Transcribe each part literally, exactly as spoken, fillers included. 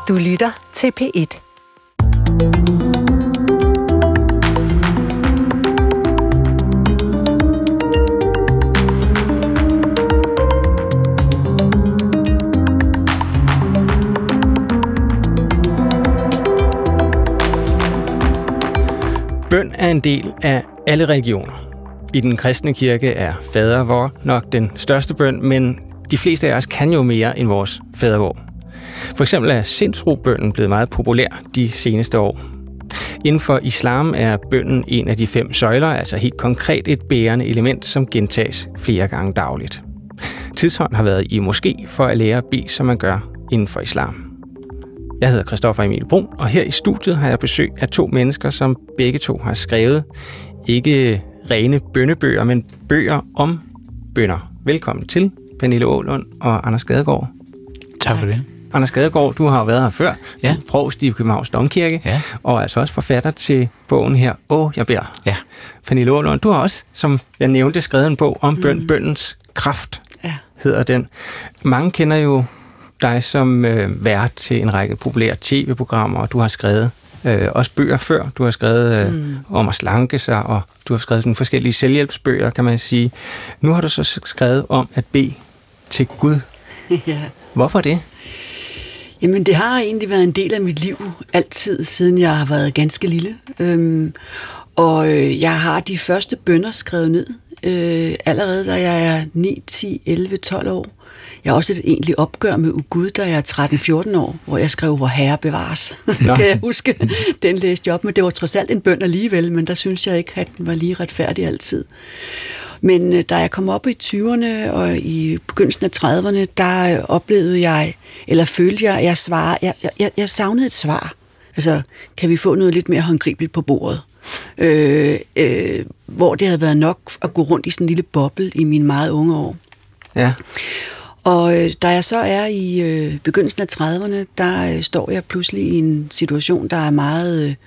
Du lytter til P et. Bøn er en del af alle religioner. I den kristne kirke er fadervor nok den største bøn, men de fleste af os kan jo mere end vores fadervor. For eksempel er sindsrobønnen blevet meget populær de seneste år. Inden for islam er bønnen en af de fem søjler, altså helt konkret et bærende element, som gentages flere gange dagligt. Tidshånd har været i moské for at lære at bede, som man gør inden for islam. Jeg hedder Christoffer Emil Brun, og her i studiet har jeg besøg af to mennesker, som begge to har skrevet ikke rene bønnebøger, men bøger om bønner. Velkommen til, Pernille Aalund og Anders Gadegaard. Tak for det. Anders Gadegaard, du har jo været her før, ja. provst i Københavns Domkirke, ja. og altså også forfatter til bogen her, Åh, jeg beder. Ja. Pernille Aalund, du har også, som jeg nævnte, skrevet en bog om bøn, mm. bønnens kraft, ja. hedder den. Mange kender jo dig som øh, vært til en række populære tv-programmer, og du har skrevet øh, også bøger før. Du har skrevet øh, mm. om at slanke sig, og du har skrevet nogle forskellige selvhjælpsbøger, kan man sige. Nu har du så skrevet om at bede til Gud. ja. Hvorfor det? Jamen, det har egentlig været en del af mit liv, altid, siden jeg har været ganske lille. Øhm, og øh, jeg har de første bønner skrevet ned, øh, allerede da jeg er ni, ti, elleve, tolv år. Jeg har også et egentligt opgør med Gud, da jeg er tretten fjorten år, hvor jeg skrev, hvor Herre bevares. kan jeg huske, den læste jeg op, men det var trods alt en bøn alligevel, men der synes jeg ikke, at den var lige retfærdig altid. Men øh, da jeg kom op i tyverne og i begyndelsen af trediverne, der øh, oplevede jeg, eller følte jeg, jeg svarede, jeg, jeg, jeg savnede et svar. Altså, kan vi få noget lidt mere håndgribeligt på bordet? Øh, øh, hvor det havde været nok at gå rundt i sådan en lille boble i mine meget unge år. Ja. Og øh, da jeg så er i øh, begyndelsen af trediverne, der øh, står jeg pludselig i en situation, der er meget øh,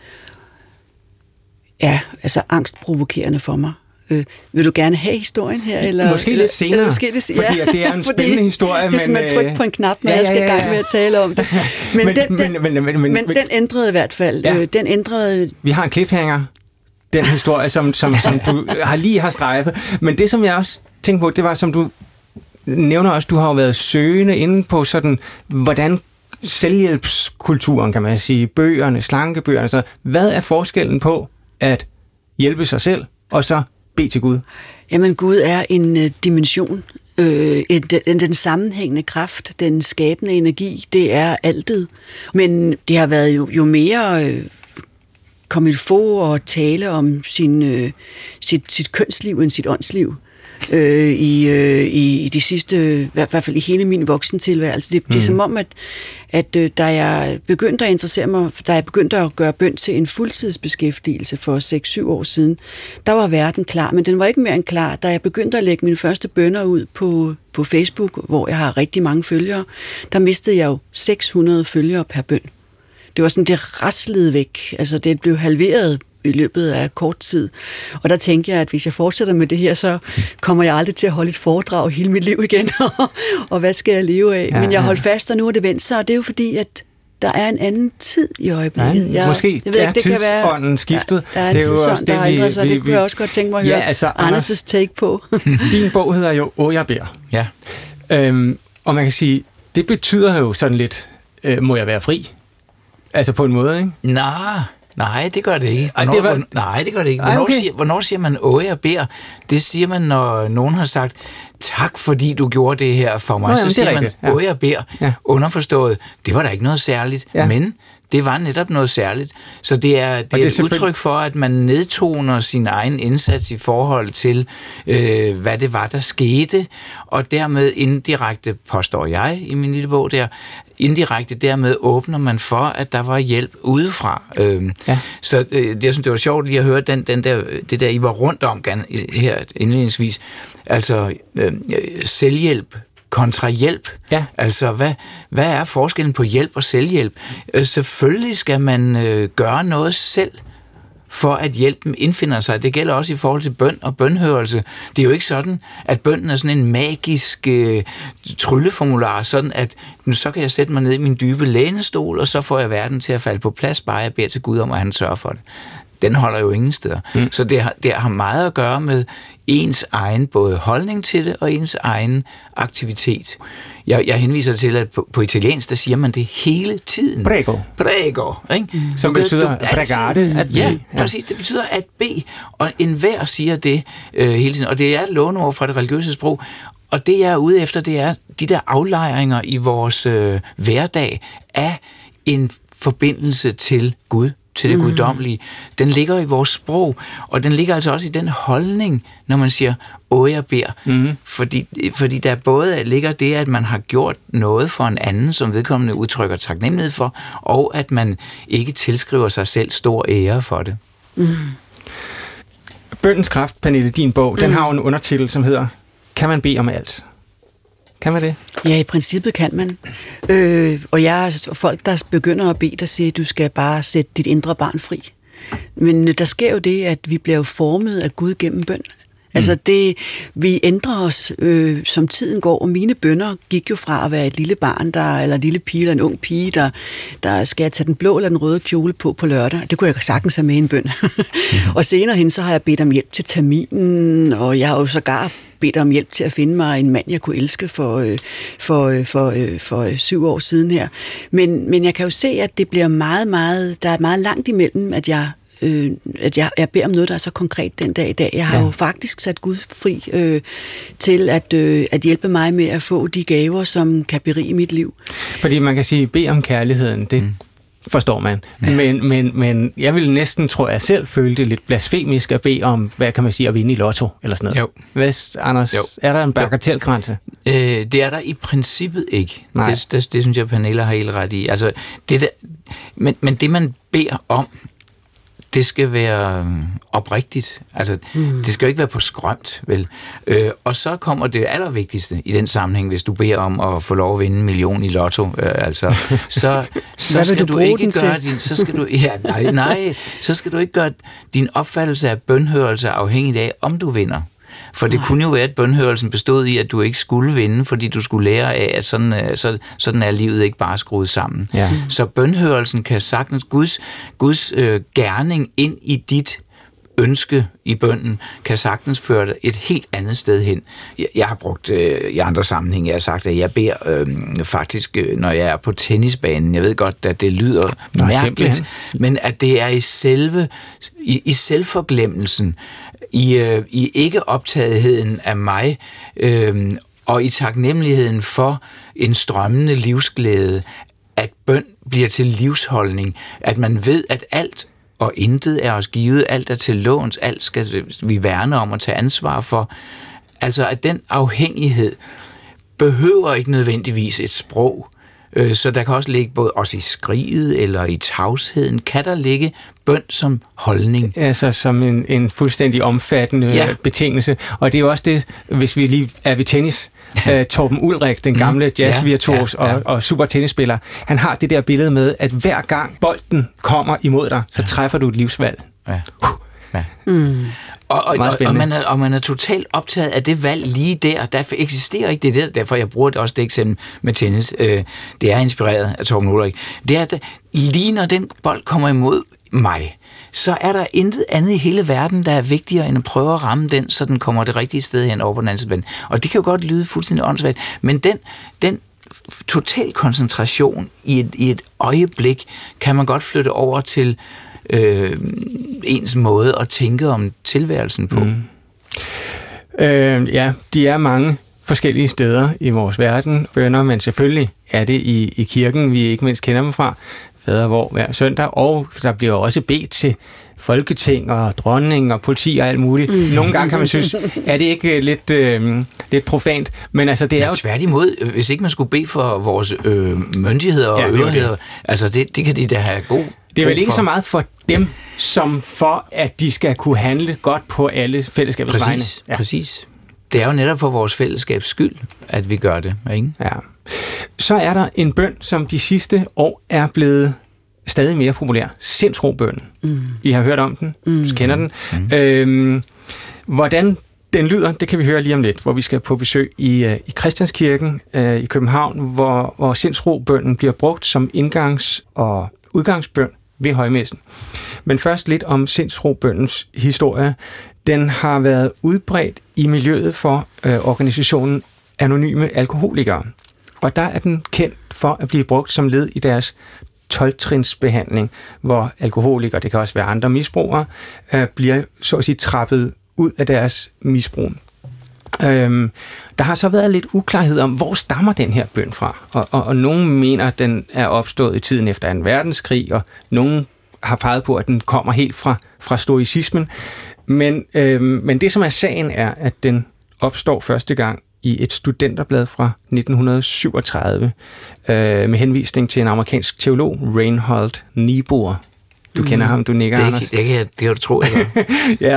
ja, altså angstprovokerende for mig. Øh, vil du gerne have historien her? Eller, måske eller, lidt senere, eller måske lidt, fordi ja, det er en spændende historie. Det er som at trykke på en knap, når ja, ja, ja, ja. jeg skal i gang med at tale om det. Men, men, den, men, den, men, men, men, men den ændrede i hvert fald. Ja. Øh, den ændrede... Vi har en cliffhanger, den historie, som, som, som du har lige har strejfet. Men det, som jeg også tænkte på, det var, som du nævner også, du har jo været søgende inde på sådan, hvordan selvhjælpskulturen, kan man sige, bøgerne, slankebøgerne, så hvad er forskellen på at hjælpe sig selv, og så bede til Gud? Jamen, Gud er en uh, dimension, øh, en, den, den sammenhængende kraft, den skabende energi, det er altet. Men det har været jo, jo mere øh, kommet få og tale om sin, øh, sit, sit kønsliv end sit åndsliv. Øh, i, øh, i de sidste, i hvert fald i hele min voksentilværelse. Det, mm. det er som om, at, at øh, da jeg begyndte at interessere mig, da jeg begyndte at gøre bøn til en fuldtidsbeskæftigelse for seks syv år siden, der var verden klar, men den var ikke mere end klar. Da jeg begyndte at lægge mine første bønner ud på, på Facebook, hvor jeg har rigtig mange følgere, der mistede jeg jo seks hundrede følgere per bøn. Det var sådan, det raslede væk. Altså, det blev halveret i løbet af kort tid. Og der tænkte jeg, at hvis jeg fortsætter med det her, så kommer jeg aldrig til at holde et foredrag hele mit liv igen. Og hvad skal jeg leve af? Ja, Men jeg holdt fast, og nu er det vendt sig, og det er jo fordi, at der er en anden tid i øjeblikket. Ja, jeg, måske jeg ved er ikke, det tidsånden kan være, skiftet. Ja, der er en det er tidsånd, der har ændret sig. Det kunne jeg også godt tænke mig at høre ja, altså, Anders' take på. Din bog hedder jo Åh, jeg beder. Ja. Øhm, og man kan sige, det betyder jo sådan lidt, øh, må jeg være fri? Altså på en måde, ikke? Nej, nej, det gør det ikke. Hvornår, Ej, det var... Nej, det gør det ikke. Hvornår, Ej, okay. siger, hvornår siger man, åh, jeg beder? Det siger man, når nogen har sagt, tak fordi du gjorde det her for mig. Nå, jamen, så siger man, åh, jeg beder. Ja. Underforstået, det var da ikke noget særligt, ja. Men det var netop noget særligt. Så det er, det er, det er et udtryk for, at man nedtoner sin egen indsats i forhold til, øh, hvad det var, der skete, og dermed indirekte, påstår jeg i min lille bog der, indirekte dermed åbner man for, at der var hjælp udefra. Øh, ja. Så øh, det, jeg synes, det var sjovt lige at høre den, den der, det der, I var rundt om her indledningsvis. Altså øh, selvhjælp kontra hjælp. Ja. Altså, hvad, hvad er forskellen på hjælp og selvhjælp? Øh, selvfølgelig skal man øh, gøre noget selv for at hjælpen indfinder sig. Det gælder også i forhold til bøn og bønhørelse. Det er jo ikke sådan, at bønnen er sådan en magisk øh, trylleformular, sådan at nu så kan jeg sætte mig ned i min dybe lænestol, og så får jeg verden til at falde på plads, bare jeg beder til Gud om, at han sørger for det. Den holder jo ingen steder. Mm. Så det har, det har meget at gøre med ens egen både holdning til det og ens egen aktivitet. Jeg, jeg henviser til, at på, på italiensk, der siger man det hele tiden. Prego. Prego. Ikke? Mm. Som betyder pregare. At ja, ja, præcis. Det betyder at bede. Og enhver siger det øh, hele tiden. Og det er et låneord fra det religiøse sprog. Og det, jeg er ude efter, det er de der aflejringer i vores øh, hverdag af en forbindelse til Gud, til det mm. guddommelige. Den ligger i vores sprog, og den ligger altså også i den holdning, når man siger, åh, jeg beder. Mm. Fordi, fordi der både ligger det, at man har gjort noget for en anden, som vedkommende udtrykker taknemmelighed for, og at man ikke tilskriver sig selv stor ære for det. Mm. Bønnens kraft, Pernille, din bog, mm. den har jo en undertitel, som hedder, kan man bede om alt? Kan man det? Ja, i princippet kan man. Øh, og jeg og folk, der begynder at bede, der siger, at du skal bare sætte dit indre barn fri. Men der sker jo det, at vi bliver formet af Gud gennem bøn. Altså det, vi ændrer os, øh, som tiden går, og mine bønner gik jo fra at være et lille barn, der, eller en lille pige, eller en ung pige, der, der skal tage den blå eller den røde kjole på på lørdag. Det kunne jeg sagtens have med i en bøn. Mm-hmm. Og senere hen, så har jeg bedt om hjælp til terminen, og jeg har jo sågar bedt om hjælp til at finde mig en mand, jeg kunne elske for, øh, for, øh, for, øh, for øh, syv år siden her. Men, men jeg kan jo se, at det bliver meget, meget, der er meget langt imellem, at jeg Øh, at jeg, jeg beder om noget, der er så konkret den dag i dag. Jeg har ja. jo faktisk sat Gud fri øh, til at, øh, at hjælpe mig med at få de gaver, som kan berige mit liv. Fordi man kan sige, bed om kærligheden, det mm. forstår man. Ja. Men, men, men jeg vil næsten, tror jeg selv, føle det lidt blasfemisk at bede om, hvad kan man sige, at vinde i lotto, eller sådan noget. Jo. Hvad, Anders, jo. Er der en bagatelgrænse? Øh, det er der i princippet ikke. Det, det, det synes jeg, Pernille har helt ret i. Altså, det der, men, men det, man beder om, det skal være oprigtigt. Altså, mm. det skal jo ikke være på skrømt, vel? Øh, og så kommer det allervigtigste i den sammenhæng, hvis du beder om at få lov at vinde en million i lotto, øh, altså, så, så skal du, du ikke gøre din, så skal du, ja, nej, nej, så skal du ikke gøre din opfattelse af bønhørelse afhængigt af, om du vinder. For det Nej. kunne jo være, at bønhørelsen bestod i, at du ikke skulle vinde, fordi du skulle lære af, at sådan, så, sådan er livet ikke bare skruet sammen. Ja. Mm. Så bønhørelsen kan sagtens, Guds, Guds øh, gerning ind i dit ønske i bønnen, kan sagtens føre dig et helt andet sted hen. Jeg, jeg har brugt øh, i andre sammenhænge, jeg har sagt, at jeg beder øh, faktisk, øh, når jeg er på tennisbanen, jeg ved godt, at det lyder Nå, mærkeligt, men at det er i selve, i, i selvforglemmelsen, i, øh, i ikke-optagetheden af mig, øh, og i taknemmeligheden for en strømmende livsglæde, at bøn bliver til livsholdning, at man ved, at alt og intet er os givet, alt er til låns, alt skal vi værne om at tage ansvar for. Altså, at den afhængighed behøver ikke nødvendigvis et sprog, så der kan også ligge både også i skriget eller i tavsheden, kan der ligge bøn som holdning. Altså som en, en fuldstændig omfattende ja. betingelse. Og det er jo også det, hvis vi lige er ved tennis, uh, Torben Ulrik, den gamle jazzvirtuos ja, ja, ja. og, og super tennisspiller, han har det der billede med, at hver gang bolden kommer imod dig, så træffer du et livsvalg. Ja. Uh. Ja. Mm. Og, og, og, og, man er, og man er totalt optaget af det valg lige der, og derfor eksisterer ikke det der, derfor jeg bruger det også det eksempel med tennis. Øh, det er inspireret af Torben Ulrik. Det er, at lige når den bold kommer imod mig, så er der intet andet i hele verden, der er vigtigere end at prøve at ramme den, så den kommer det rigtige sted hen over på den anden side. Og det kan jo godt lyde fuldstændig åndssvagt, men den, den total koncentration i et, i et øjeblik, kan man godt flytte over til Øh, ens måde at tænke om tilværelsen på. Mm. Øh, ja, de er mange forskellige steder i vores verden, bønner, men selvfølgelig er det i, i kirken, vi ikke mindst kender dem fra, fadervor hver søndag, og der bliver også bedt til folketing og dronning og politi og alt muligt. Mm. Nogle gange kan man synes, er det ikke lidt, øh, lidt profant, men altså det er ja, jo... tværtimod, hvis ikke man skulle bede for vores øh, myndigheder og ja, øvrigheder, altså det, det kan de da have god. Det er vel ikke så meget for dem, som for, at de skal kunne handle godt på alle fællesskabets vegne. Præcis, ja. præcis. Det er jo netop for vores fællesskabs skyld, at vi gør det, ikke? Ja. Så er der en bøn, som de sidste år er blevet stadig mere populær, sindsrobønnen. Mm. I har hørt om den, mm. du kender den. Mm. Øhm, hvordan den lyder, det kan vi høre lige om lidt, hvor vi skal på besøg i, uh, i Christianskirken uh, i København, hvor, hvor sindsrobønnen bliver brugt som indgangs- og udgangsbøn ved højmessen. Men først lidt om sindsrobønnens historie. Den har været udbredt i miljøet for uh, organisationen Anonyme Alkoholikere, og der er den kendt for at blive brugt som led i deres tolv-trins-behandling, hvor alkoholikere, det kan også være andre misbrugere, uh, bliver så at sige trappet ud af deres misbrug. Øhm, der har så været lidt uklarhed om, hvor stammer den her bøn fra, og, og, og nogen mener, at den er opstået i tiden efter anden verdenskrig, og nogen har peget på, at den kommer helt fra, fra stoicismen. Men, øhm, men det, som er sagen, er, at den opstår første gang i et studenterblad fra nitten syvogtredive, øh, med henvisning til en amerikansk teolog, Reinhold Niebuhr. Du kender ham, du nikker, det, Anders. Det, det, det kan du tro, jeg ja.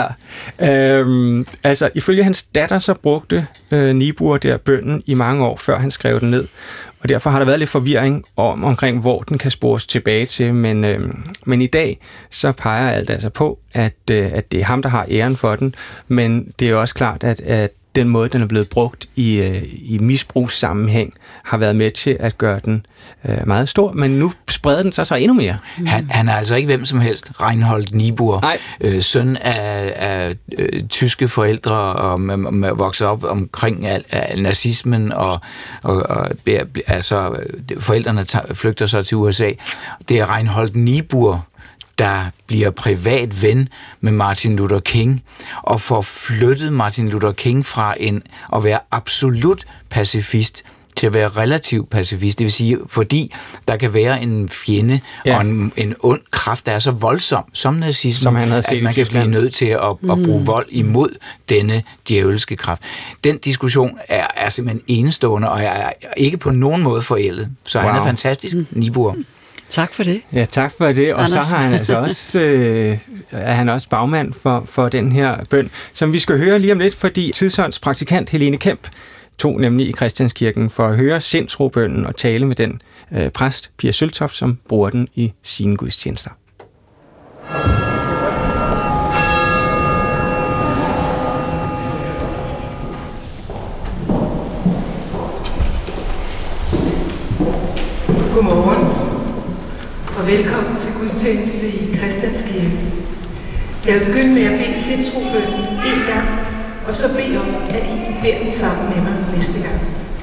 Øhm, altså, ifølge hans datter, så brugte øh, Niebuhr der bønnen i mange år, før han skrev den ned. Og derfor har der været lidt forvirring om, omkring, hvor den kan spores tilbage til. Men, øh, men i dag, så peger alt altså på, at, øh, at det er ham, der har æren for den. Men det er jo også klart, at, at den måde, den er blevet brugt i, øh, i misbrugssammenhæng, har været med til at gøre den øh, meget stor, men nu spreder den sig så endnu mere. Han, han er altså ikke hvem som helst. Reinhold Niebuhr, øh, søn af, af øh, tyske forældre, og med, med, vokset op omkring af, af nazismen, og, og, og altså, forældrene tager, flygter så til U S A. Det er Reinhold Niebuhr, der bliver privat ven med Martin Luther King, og får flyttet Martin Luther King fra en at være absolut pacifist til at være relativ pacifist. Det vil sige, fordi der kan være en fjende ja. og en, en ond kraft, der er så voldsom som nazismen, som han at man kan blive nødt til at, mm. at bruge vold imod denne djævelske kraft. Den diskussion er, er simpelthen enestående, og er ikke på nogen måde forældet. Så wow. han er fantastisk, mm. Niebuhr. Tak for det. Ja, tak for det. Og Anders. Så har han altså også, øh, er han også bagmand for, for den her bøn, som vi skal høre lige om lidt, fordi Tidsånds praktikant Helene Kemp tog nemlig i Christianskirken for at høre sindsrobønnen og tale med den øh, præst, Pia Søltoft, som bruger den i sine gudstjenester. Godmorgen og velkommen til gudstjeneste i Christianskirken. Jeg vil begynde med at bede sindsrobønnen en gang, og så bede om, at I beder den sammen med mig næste gang.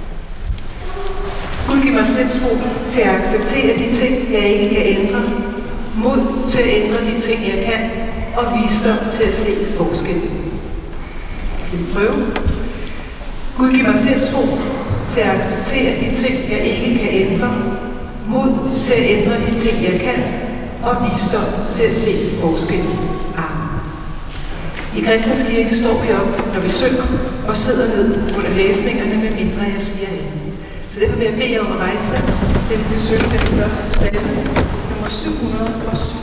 Gud giv mig sindsro til at acceptere de ting, jeg ikke kan ændre, mod til at ændre de ting, jeg kan, og visdom til at se forskellen. Skal vi prøve? Gud giv mig sindsro til at acceptere de ting, jeg ikke kan ændre, mod til at ændre de ting, jeg kan, og visdom til at se forskellen. Amen. I Christianskirken står vi op, når vi synger, og sidder ned under læsningerne, med mindre jeg siger andet. Så derfor vil jeg bede jer om at rejse sig, da vi skal synge den første salme, nummer syv hundrede og syv.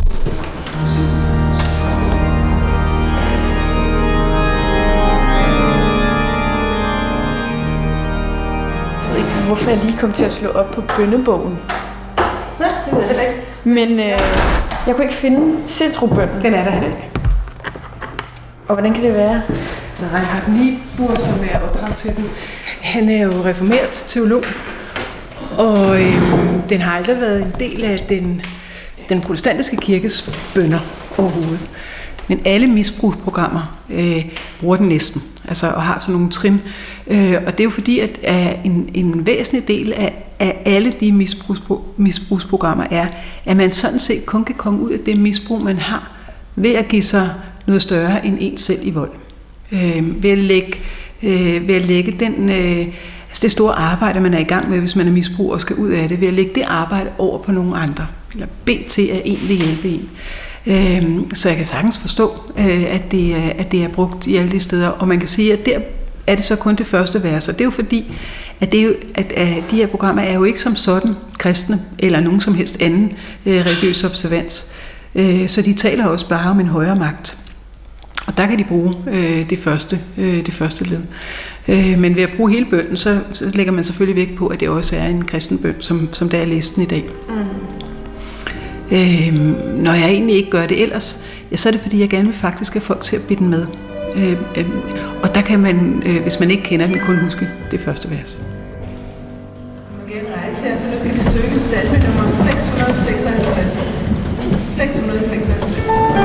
Jeg ved ikke, hvorfor jeg lige kom til at slå op på bønnebogen. Nej, det ved jeg heller ikke. Men øh, jeg kunne ikke finde sindsrobønnen. Den er der heller ikke. Og hvordan kan det være? Nej, jeg har Niebuhr, som er ophav til den. Han er jo reformeret teolog, og øh, den har aldrig været en del af den, den protestantiske kirkes bønner overhovedet. Men alle misbrugsprogrammer øh, bruger den næsten, altså og har sådan nogle trin. Øh, og det er jo fordi, at, at en, en væsentlig del af, af alle de misbrugspro, misbrugsprogrammer er, at man sådan set kun kan komme ud af det misbrug, man har, ved at give sig noget større end en selv i vold. Øh, ved, at lægge, øh, ved at lægge den, øh, altså det store arbejde, man er i gang med, hvis man er misbruger og skal ud af det, ved at lægge det arbejde over på nogle andre, eller bede til, at en vil hjælpe en. Øh, så jeg kan sagtens forstå, øh, at, det er, at det er brugt i alle de steder, og man kan sige, at der er det så kun det første vers, og det er jo fordi, at, det er jo, at, at de her programmer er jo ikke som sådan kristne, eller nogen som helst anden øh, religiøs observans, øh, så de taler også bare om en højere magt. Og der kan de bruge øh, det, første, øh, det første led. Øh, men ved at bruge hele bønnen, så, så lægger man selvfølgelig vægt på, at det også er en kristen bøn, som, som der er læst den i dag. Mm. Øh, når jeg egentlig ikke gør det ellers, ja, så er det fordi, jeg gerne vil faktisk have folk til at bide den med. Øh, øh, og der kan man, øh, hvis man ikke kender den, kun huske det første vers. Igen rejse her, for nu skal vi søge salme nummer seks hundrede seksoghalvtreds. seks hundrede seksoghalvtreds.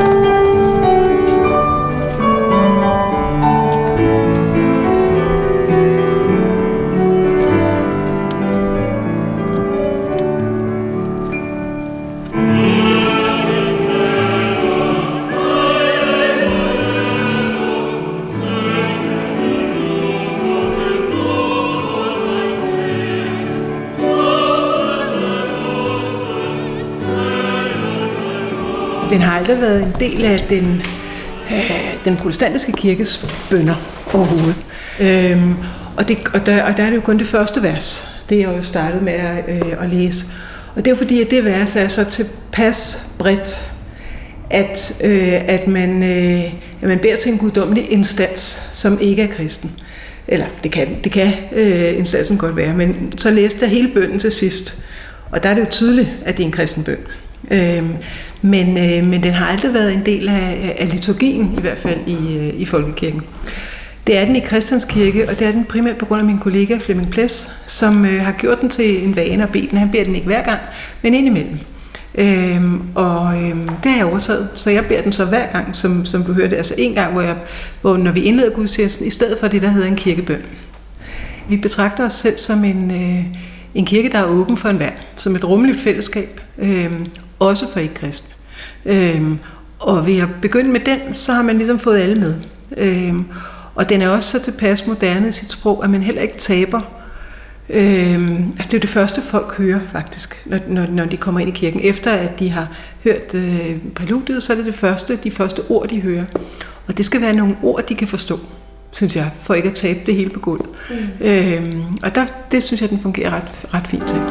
Den har aldrig været en del af den, øh, den protestantiske kirkes bønner overhovedet. Øhm, og, det, og, der, og der er det jo kun det første vers, det jeg jo startede med at, øh, at læse. Og det er jo fordi, at det vers er så tilpas bredt, at, øh, at, man, øh, at man beder til en guddommelig instans, som ikke er kristen. Eller det kan, det kan øh, instansen godt være, men så læste jeg hele bønnen til sidst. Og der er det jo tydeligt, at det er en kristen bøn. Øhm, men, øh, men den har aldrig været en del af, af liturgien, i hvert fald i, øh, i folkekirken. Det er den i Christians Kirke, og det er den primært på grund af min kollega Flemming Ples, som øh, har gjort den til en vane at bede den. Han beder den ikke hver gang, men indimellem. Øhm, og øhm, det har jeg overtaget, så jeg beder den så hver gang, som, som du hørte, altså en gang, hvor, jeg, hvor når vi indleder gudstjenesten, i stedet for det, der hedder en kirkebøn. Vi betragter os selv som en, øh, en kirke, der er åben for enhver, som et rummeligt fællesskab, øh, også for ikke-kristne. Øh, og ved at begynde med den, så har man ligesom fået alle med. Øh, og den er også så tilpas moderne i sit sprog, at man heller ikke taber. Øh, altså det er jo det første, folk hører faktisk, når, når, når de kommer ind i kirken. Efter at de har hørt øh, præludiet, så er det det første, de første ord, de hører. Og det skal være nogle ord, de kan forstå, synes jeg, for ikke at tabe det hele på gulvet. Mm. Øh, og der, det synes jeg, den fungerer ret, ret fint til.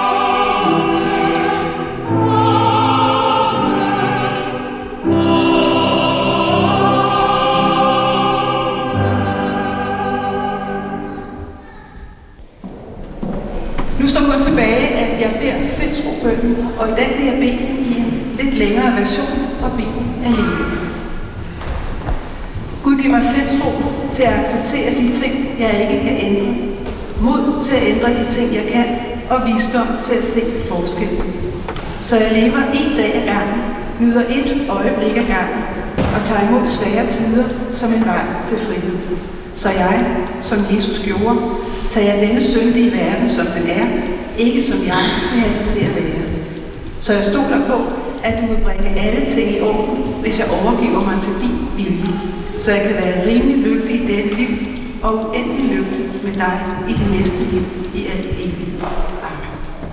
Nu står kun tilbage, at jeg beder sindsrobønnen, og i dag vil jeg bede den i en lidt længere version og bede den alene. Gud, giv mig sindsro til at acceptere de ting, jeg ikke kan ændre. Mod til at ændre de ting, jeg kan, og visdom til at se forskellen. Så jeg lever en dag ad gangen, nyder et øjeblik ad gangen, og tager imod svære tider som en vej til frihed. Så jeg, som Jesus gjorde, tager denne syndige verden, som den er, ikke som jeg vil have den til at være. Så jeg stoler på, at du vil bringe alle ting i orden, hvis jeg overgiver mig til din vilje. Så jeg kan være rimelig lykkelig i dette liv, og uendelig lykkelig med dig i det næste liv i al evighed. Amen.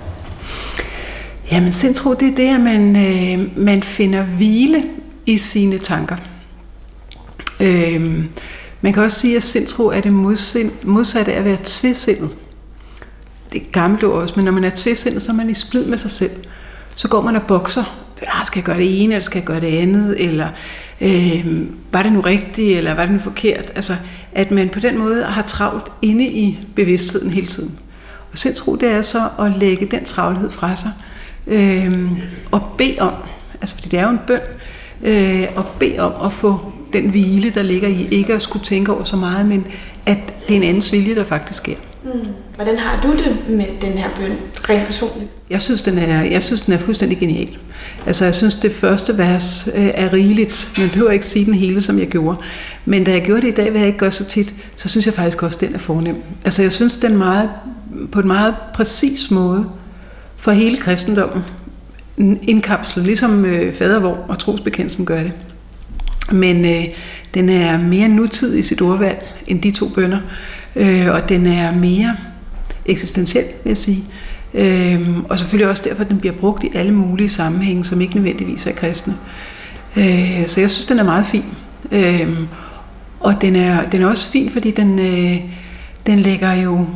Jamen, sindsro, det er det, at man, øh, man finder hvile i sine tanker. Øh, Man kan også sige, at sindsro er det modsatte af at være tvesindet. Det er gammelt ord også, men når man er tvesindet, så er man i splid med sig selv. Så går man og bokser. Ah, skal jeg gøre det ene, eller skal jeg gøre det andet? Eller øh, var det nu rigtigt, eller var det nu forkert? Altså, at man på den måde har travlt inde i bevidstheden hele tiden. Og sindsro, det er så at lægge den travlhed fra sig. Øh, og bede om, altså fordi det er jo en bøn, øh, og bede om at få den hvile, der ligger i ikke at skulle tænke over så meget, men at det er en andens vilje, der faktisk sker. Mm. Hvordan har du det med den her bøn, rent personligt? Jeg synes, den er, jeg synes, den er fuldstændig genial. Altså, jeg synes, det første vers øh, er rigeligt. Man behøver ikke sige den hele, som jeg gjorde. Men da jeg gjorde det i dag, hvad jeg ikke gør så tit, så synes jeg faktisk også, den er fornem. Altså, jeg synes, den meget, på en meget præcis måde for hele kristendommen indkapslet, ligesom øh, fadervor og trosbekendelsen gør det. Men øh, den er mere nutidig i sit ordvalg end de to bønner, øh, og den er mere eksistentiel, vil jeg sige. Øh, og selvfølgelig også derfor, at den bliver brugt i alle mulige sammenhænge, som ikke nødvendigvis er kristne. Øh, så jeg synes, den er meget fin. Øh, og den er, den er også fin, fordi den, øh, den lægger jo,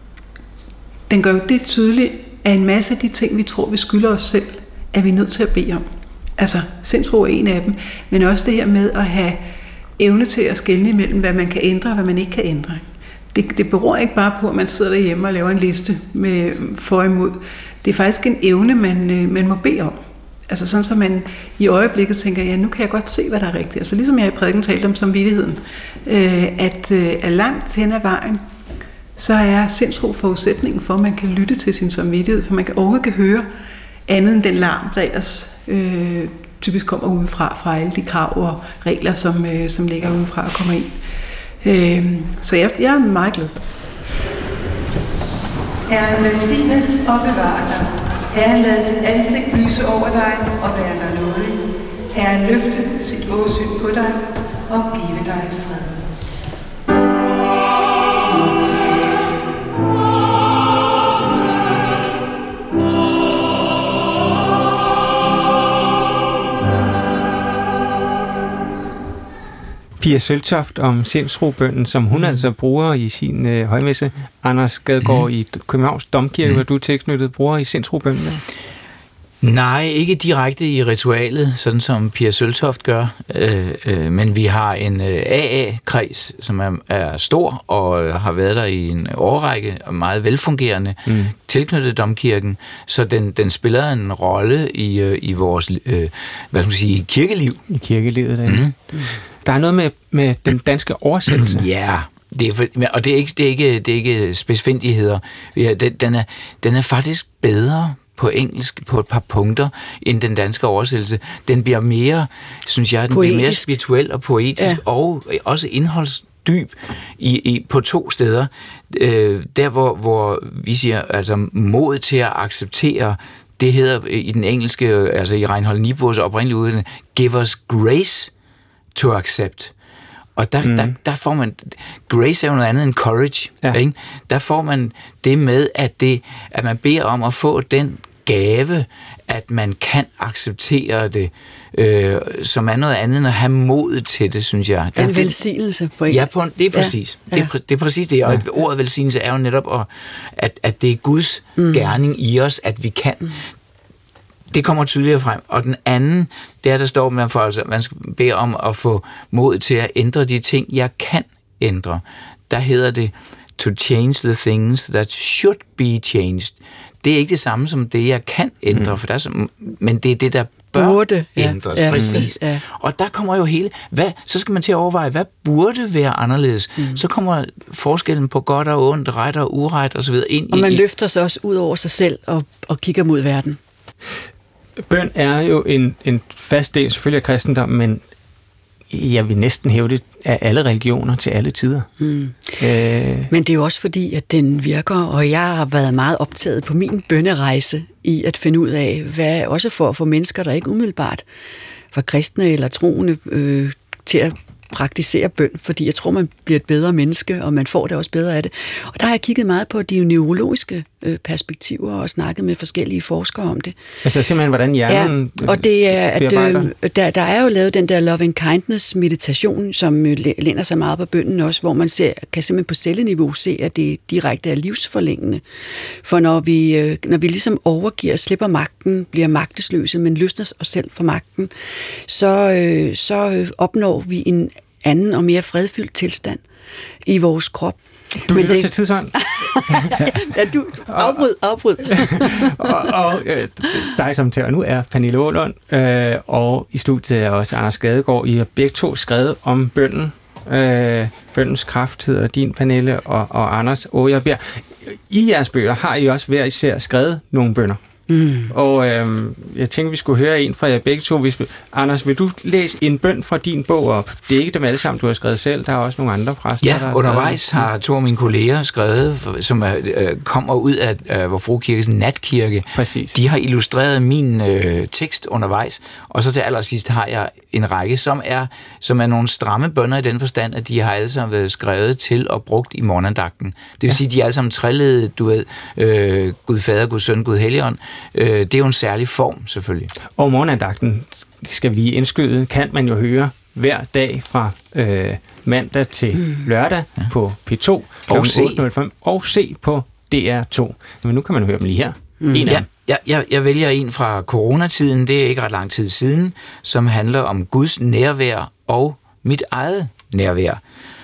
den gør jo det tydeligt, at en masse af de ting, vi tror, vi skylder os selv, er vi nødt til at bede om. Altså, sindsro er en af dem, men også det her med at have evne til at skelne imellem, hvad man kan ændre og hvad man ikke kan ændre. Det, det beror ikke bare på, at man sidder derhjemme og laver en liste med for og imod. Det er faktisk en evne, man, man må bede om. Altså sådan, så man i øjeblikket tænker, ja, nu kan jeg godt se, hvad der er rigtigt. Altså ligesom jeg i prædiken talte om samvittigheden, øh, at, øh, at langt hen ad vejen, så er sindsro forudsætningen for, at man kan lytte til sin samvittighed, for man kan overhovedet kan høre andet end den larm, der ellers øh, typisk kommer udefra, fra alle de krav og regler, som, øh, som ligger udefra og kommer ind. Øh, så jeg, jeg er meget glad for det. Herren velsigne og bevare dig. Herren lad sit ansigt lyse over dig og være dig nådig. Herren løfte sit åsyn på dig og give dig fred. Pia Søltoft om sindsrobønnen, som hun mm. altså bruger i sin øh, højmesse. Anders Gadegaard mm. i Københavns Domkirke, mm. hvor du er tilknyttet, bruger i sindsrobønnen. Nej, ikke direkte i ritualet, sådan som Pia Søltoft gør, øh, øh, men vi har en øh, A A-kreds, som er, er stor og øh, har været der i en årrække og meget velfungerende, mm. tilknyttet Domkirken, så den, den spiller en rolle i, øh, i vores øh, hvad skal man sige, kirkeliv. I kirkelivet, der. Mm. Der er noget med, med den danske oversættelse. Ja, det er for, og det er ikke, det er ikke, det er ikke specifindigheder. Den, den, er, den er faktisk bedre på engelsk på et par punkter end den danske oversættelse. Den bliver mere, synes jeg, den bliver mere spirituel og poetisk, ja. Og også indholdsdyb i, i, på to steder. Øh, der, hvor, hvor vi siger, altså mod til at acceptere, det hedder i den engelske, altså i Reinhold Niebuhrs oprindelige udgave, give us grace to accept. Og der, mm. der, der får man, grace er jo noget andet end courage, ja. Ikke? Der får man det med, at, det, at man beder om at få den gave, at man kan acceptere det, øh, som er noget andet end at have mod til det, synes jeg. Der en velsignelse på en. Ja, på en, det er præcis. Ja. Det, er, det er præcis det, og ja. Ordet velsignelse er jo netop, at, at det er Guds mm. gerning i os, at vi kan. Mm. Det kommer tydeligere frem. Og den anden, der der står, man, for, altså, man skal bede om at få mod til at ændre de ting, jeg kan ændre. Der hedder det, to change the things that should be changed. Det er ikke det samme som det, jeg kan ændre, mm. for der er, men det er det, der bør burde, ændres. Ja, præcis. Ja. Og der kommer jo hele, hvad, så skal man til at overveje, hvad burde være anderledes? Mm. Så kommer forskellen på godt og ondt, ret og uret osv. ind. Og man i, løfter sig også ud over sig selv og, og kigger mod verden. Bøn er jo en, en fast del selvfølgelig af kristendommen, men jeg vil næsten hæve det af alle religioner til alle tider. Mm. Øh. Men det er jo også fordi, at den virker, og jeg har været meget optaget på min bønnerejse i at finde ud af, hvad også for at få mennesker, der ikke umiddelbart var kristne eller troende, øh, til at praktisere bøn, fordi jeg tror, man bliver et bedre menneske, og man får det også bedre af det. Og der har jeg kigget meget på de neurologiske øh, perspektiver og snakket med forskellige forskere om det. Altså simpelthen, hvordan hjernen ja, og det er, at øh, der, der er jo lavet den der loving kindness meditation, som øh, læner sig meget på bønnen også, hvor man ser, kan simpelthen på celleniveau se, at det direkte er livsforlængende. For når vi, øh, når vi ligesom overgiver, slipper magten, bliver magtesløse, men løsner os selv for magten, så, øh, så opnår vi en anden og mere fredfyldt tilstand i vores krop. Du lytter det... til tidsånd. Ja, du afbryd, afbryd. og og øh, dig som taler nu er Pernille Aalund, øh, og i studiet er også Anders Gadegaard. I har begge to skrevet om bønnen. Øh, bønnens kraft hedder din, Pernille, og, og Anders Agerbjerg. I jeres bøger har I også hver især skrevet nogle bønner. Mm. Og øh, jeg tænkte, vi skulle høre en fra jer begge to. Hvis vi, Anders, vil du læse en bøn fra din bog op? Det er ikke dem alle sammen, du har skrevet selv. Der er også nogle andre præster, ja, der har undervejs skrevet. har to af mine kolleger skrevet, som er, øh, kommer ud af øh, Vor Frue Kirkes natkirke. Præcis. De har illustreret min øh, tekst undervejs, og så til allersidst har jeg en række, som er, som er nogle stramme bønner i den forstand, at de har alle sammen været skrevet til og brugt i morgenandagten. Det vil ja. sige, at de er alle sammen trillede, du ved, øh, Gud Fader, Gud Søn, Gud Helligånd. Det er jo en særlig form, selvfølgelig. Og morgenandagten, skal vi lige indskyde, kan man jo høre hver dag fra øh, mandag til mm. lørdag ja. på P to kl. otte nul fem og se på D R to. Men nu kan man høre dem lige her. Mm. En ja, jeg, jeg, jeg vælger en fra coronatiden, det er ikke ret lang tid siden, som handler om Guds nærvær og mit eget nærvær.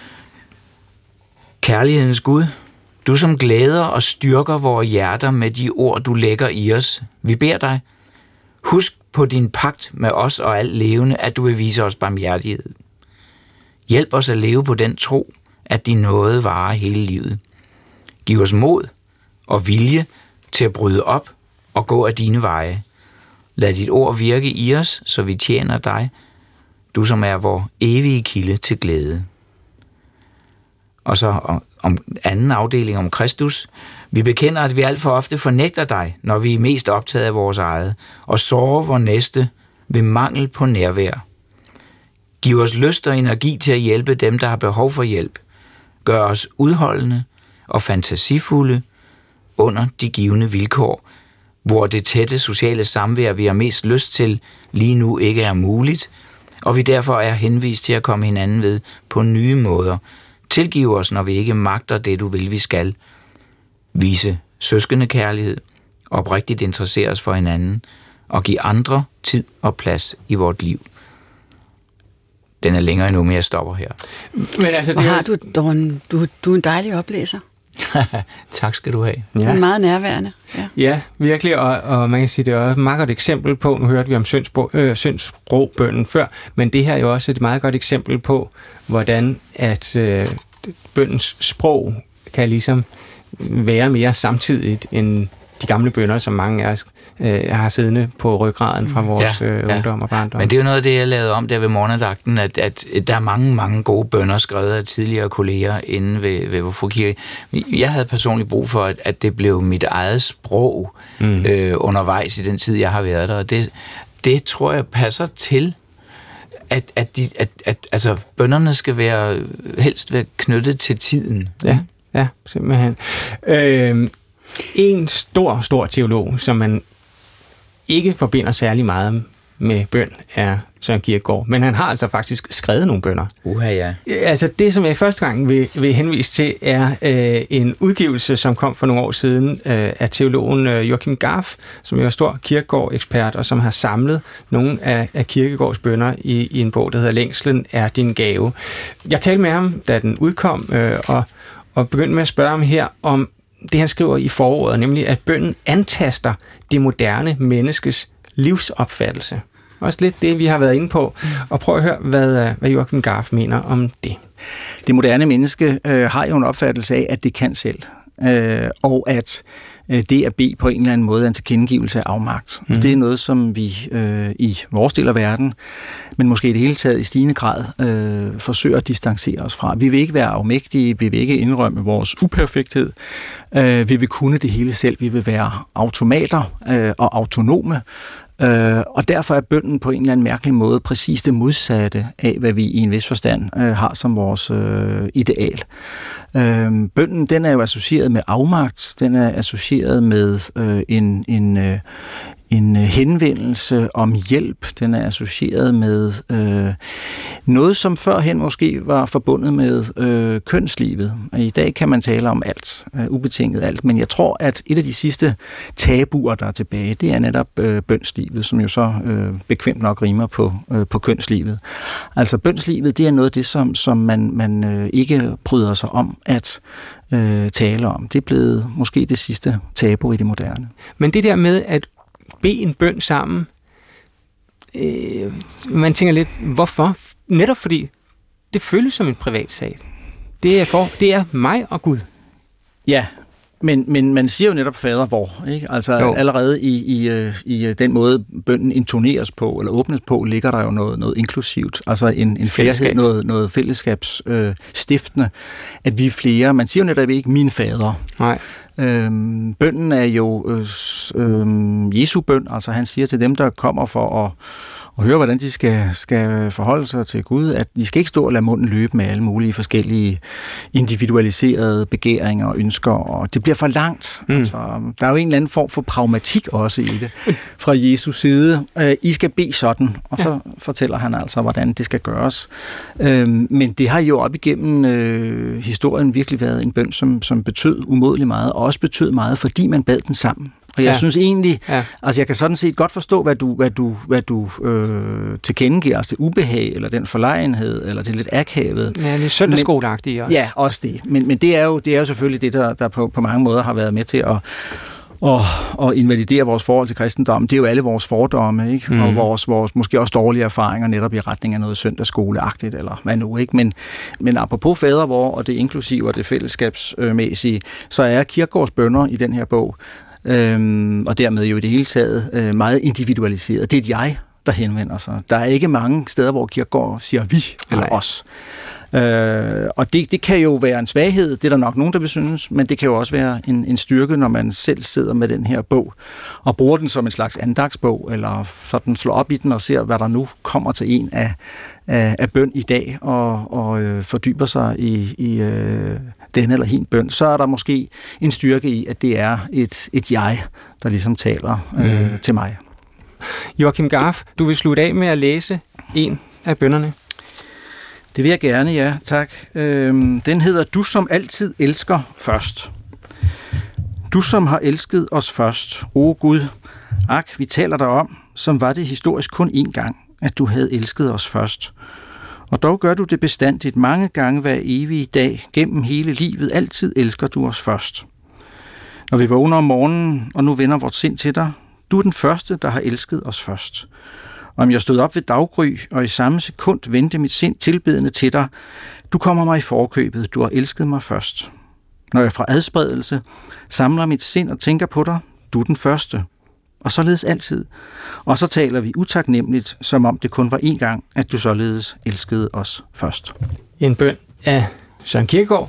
Kærlighedens Gud, du som glæder og styrker vores hjerter med de ord, du lægger i os. Vi beder dig, husk på din pagt med os og alt levende, at du vil vise os barmhjertighed. Hjælp os at leve på den tro, at din nåde varer hele livet. Giv os mod og vilje til at bryde op og gå af dine veje. Lad dit ord virke i os, så vi tjener dig, du som er vor evige kilde til glæde. Og så om anden afdeling om Kristus. Vi bekender, at vi alt for ofte fornægter dig, når vi er mest optaget af vores eget, og sårer vor næste ved mangel på nærvær. Giv os lyst og energi til at hjælpe dem, der har behov for hjælp. Gør os udholdende og fantasifulde under de givne vilkår, hvor det tætte sociale samvær, vi har mest lyst til, lige nu ikke er muligt, og vi derfor er henvist til at komme hinanden ved på nye måder. Tilgiv os, når vi ikke magter det, du vil, vi skal. Vise søskende kærlighed, oprigtigt interessere os for hinanden, og give andre tid og plads i vort liv. Den er længere endnu, men jeg stopper her. Men altså, det har du, Dorn, du, du er en dejlig oplæser. Tak skal du have. Ja. Du er meget nærværende. Ja, ja virkelig, og, og man kan sige, det er også et meget godt eksempel på, nu hørte vi om øh, syndsbrobønnen før, men det her er jo også et meget godt eksempel på, hvordan at øh, bønnens sprog kan ligesom være mere samtidigt end de gamle bønner, som mange af os øh, har siddende på ryggraden fra vores ja, øh, ungdom og barndom. Men det er jo noget af det, jeg lavede om der ved morgenandagten, at, at der er mange, mange gode bønner skrevet af tidligere kolleger inde ved, ved Vor Kirke. Jeg havde personligt brug for, at, at det blev mit eget sprog mm. øh, undervejs i den tid, jeg har været der, og det, det tror jeg passer til, at, at, de, at, at altså, bønnerne skal være helst være knyttet til tiden. Ja, ja simpelthen. Øh, En stor, stor teolog, som man ikke forbinder særlig meget med bøn, er Søren Kierkegaard. Men han har altså faktisk skrevet nogle bønner. Uha, ja. Altså det, som jeg første gang vil, vil henvise til, er øh, en udgivelse, som kom for nogle år siden øh, af teologen øh, Joachim Garf, som jo er stor Kierkegaard-ekspert, og som har samlet nogle af, af Kierkegaards bønner i, i en bog, der hedder Længslen er din gave. Jeg talte med ham, da den udkom, øh, og, og begyndte med at spørge ham her om det, han skriver i forordet, nemlig at bønnen antaster det moderne menneskes livsopfattelse. Også lidt det, vi har været inde på. Og prøv at høre, hvad, hvad Joachim Garf mener om det. Det moderne menneske øh, har jo en opfattelse af, at det kan selv. Øh, og at øh, det at bede på en eller anden måde er en tilkendegivelse af afmagt. Mm. Det er noget, som vi øh, i vores del af verden, men måske i det hele taget i stigende grad, øh, forsøger at distancere os fra. Vi vil ikke være afmægtige, vi vil ikke indrømme vores uperfekthed, øh, vi vil kunne det hele selv, vi vil være automater øh, og autonome, Øh, og derfor er bønnen på en eller anden mærkelig måde præcis det modsatte af, hvad vi i en vis forstand øh, har som vores øh, ideal. Øh, bønnen, den er jo associeret med afmagt, den er associeret med øh, en, en, øh, en henvendelse om hjælp, den er associeret med øh, noget, som førhen måske var forbundet med øh, kønslivet. Og i dag kan man tale om alt, øh, ubetinget alt, men jeg tror, at et af de sidste tabuer, der er tilbage, det er netop øh, bønslivet, som jo så øh, bekvemt nok rimer på, øh, på kønslivet. Altså bønslivet, det er noget af det, som, som man, man øh, ikke bryder sig om at øh, tale om. Det er blevet måske det sidste tabu i det moderne. Men det der med at bede en bøn sammen, øh, man tænker lidt, hvorfor? Netop fordi det føles som en privat sag. Det er, for, det er mig og Gud. Ja, men, men man siger jo netop fader hvor, ikke? Altså jo. Allerede i, i, i den måde bønnen intoneres på, eller åbnes på, ligger der jo noget, noget inklusivt, altså en, en flerhed, noget, noget fællesskabsstiftende, øh, at vi er flere. Man siger jo netop ikke min fader. Nej. Øhm, bønnen er jo øh, øh, Jesu bøn, altså han siger til dem, der kommer for at og høre, hvordan de skal, skal forholde sig til Gud, at de skal ikke stå og lade munden løbe med alle mulige forskellige individualiserede begæringer og ønsker, og det bliver for langt. Mm. Altså, der er jo en eller anden form for pragmatik også i det, fra Jesus side. I skal bede sådan, og så ja. fortæller han altså, hvordan det skal gøres. Men det har jo op igennem øh, historien virkelig været en bøn, som, som betød umådeligt meget, og også betød meget, fordi man bad den sammen. Og jeg ja. synes egentlig, ja. altså jeg kan sådan set godt forstå, hvad du, hvad du, hvad du øh, tilkendegiver, altså det ubehag, eller den forlegenhed, eller det lidt akavet. Ja, det er søndagsskoleagtigt også. Ja, også det. Men, men det, er jo, det er jo selvfølgelig det, der, der på, på mange måder har været med til at, og, og invalidere vores forhold til kristendom. Det er jo alle vores fordomme, ikke? Mm. Og vores, vores måske også dårlige erfaringer netop i retning af noget søndagsskoleagtigt, eller hvad nu, ikke? Men, men apropos fadervor og det inklusive og det fællesskabsmæssige, så er Kierkegaards bønner i den her bog, øhm, og dermed jo i det hele taget øh, meget individualiseret. Det er et jeg, der henvender sig. Der er ikke mange steder, hvor Kierkegaard siger vi eller Nej. os. Øh, og det, det kan jo være en svaghed, det er der nok nogen, der vil synes, men det kan jo også være en, en styrke, når man selv sidder med den her bog, og bruger den som en slags andagsbog, eller sådan slår op i den og ser, hvad der nu kommer til en af, af, af bøn i dag, og, og øh, fordyber sig i, i øh, den eller hin bøn, så er der måske en styrke i, at det er et, et jeg, der ligesom taler øh, mm. til mig. Joachim Garff, du vil slutte af med at læse en af bønnerne. Det vil jeg gerne, ja, tak. Øhm, den hedder Du som altid elsker først. Du som har elsket os først, o Gud, ak, vi taler dig om, som var det historisk kun én gang, at du havde elsket os først. Og dog gør du det bestandigt mange gange hver evige dag, gennem hele livet, altid elsker du os først. Når vi vågner om morgenen, og nu vender vort sind til dig, du er den første, der har elsket os først. Om jeg stod op ved daggry, og i samme sekund vendte mit sind tilbedende til dig, du kommer mig i forkøbet, du har elsket mig først. Når jeg fra adspredelse samler mit sind og tænker på dig, du er den første. Og således altid. Og så taler vi utaknemmeligt, som om det kun var én gang, at du således elskede os først. En bøn af Søren Kierkegaard,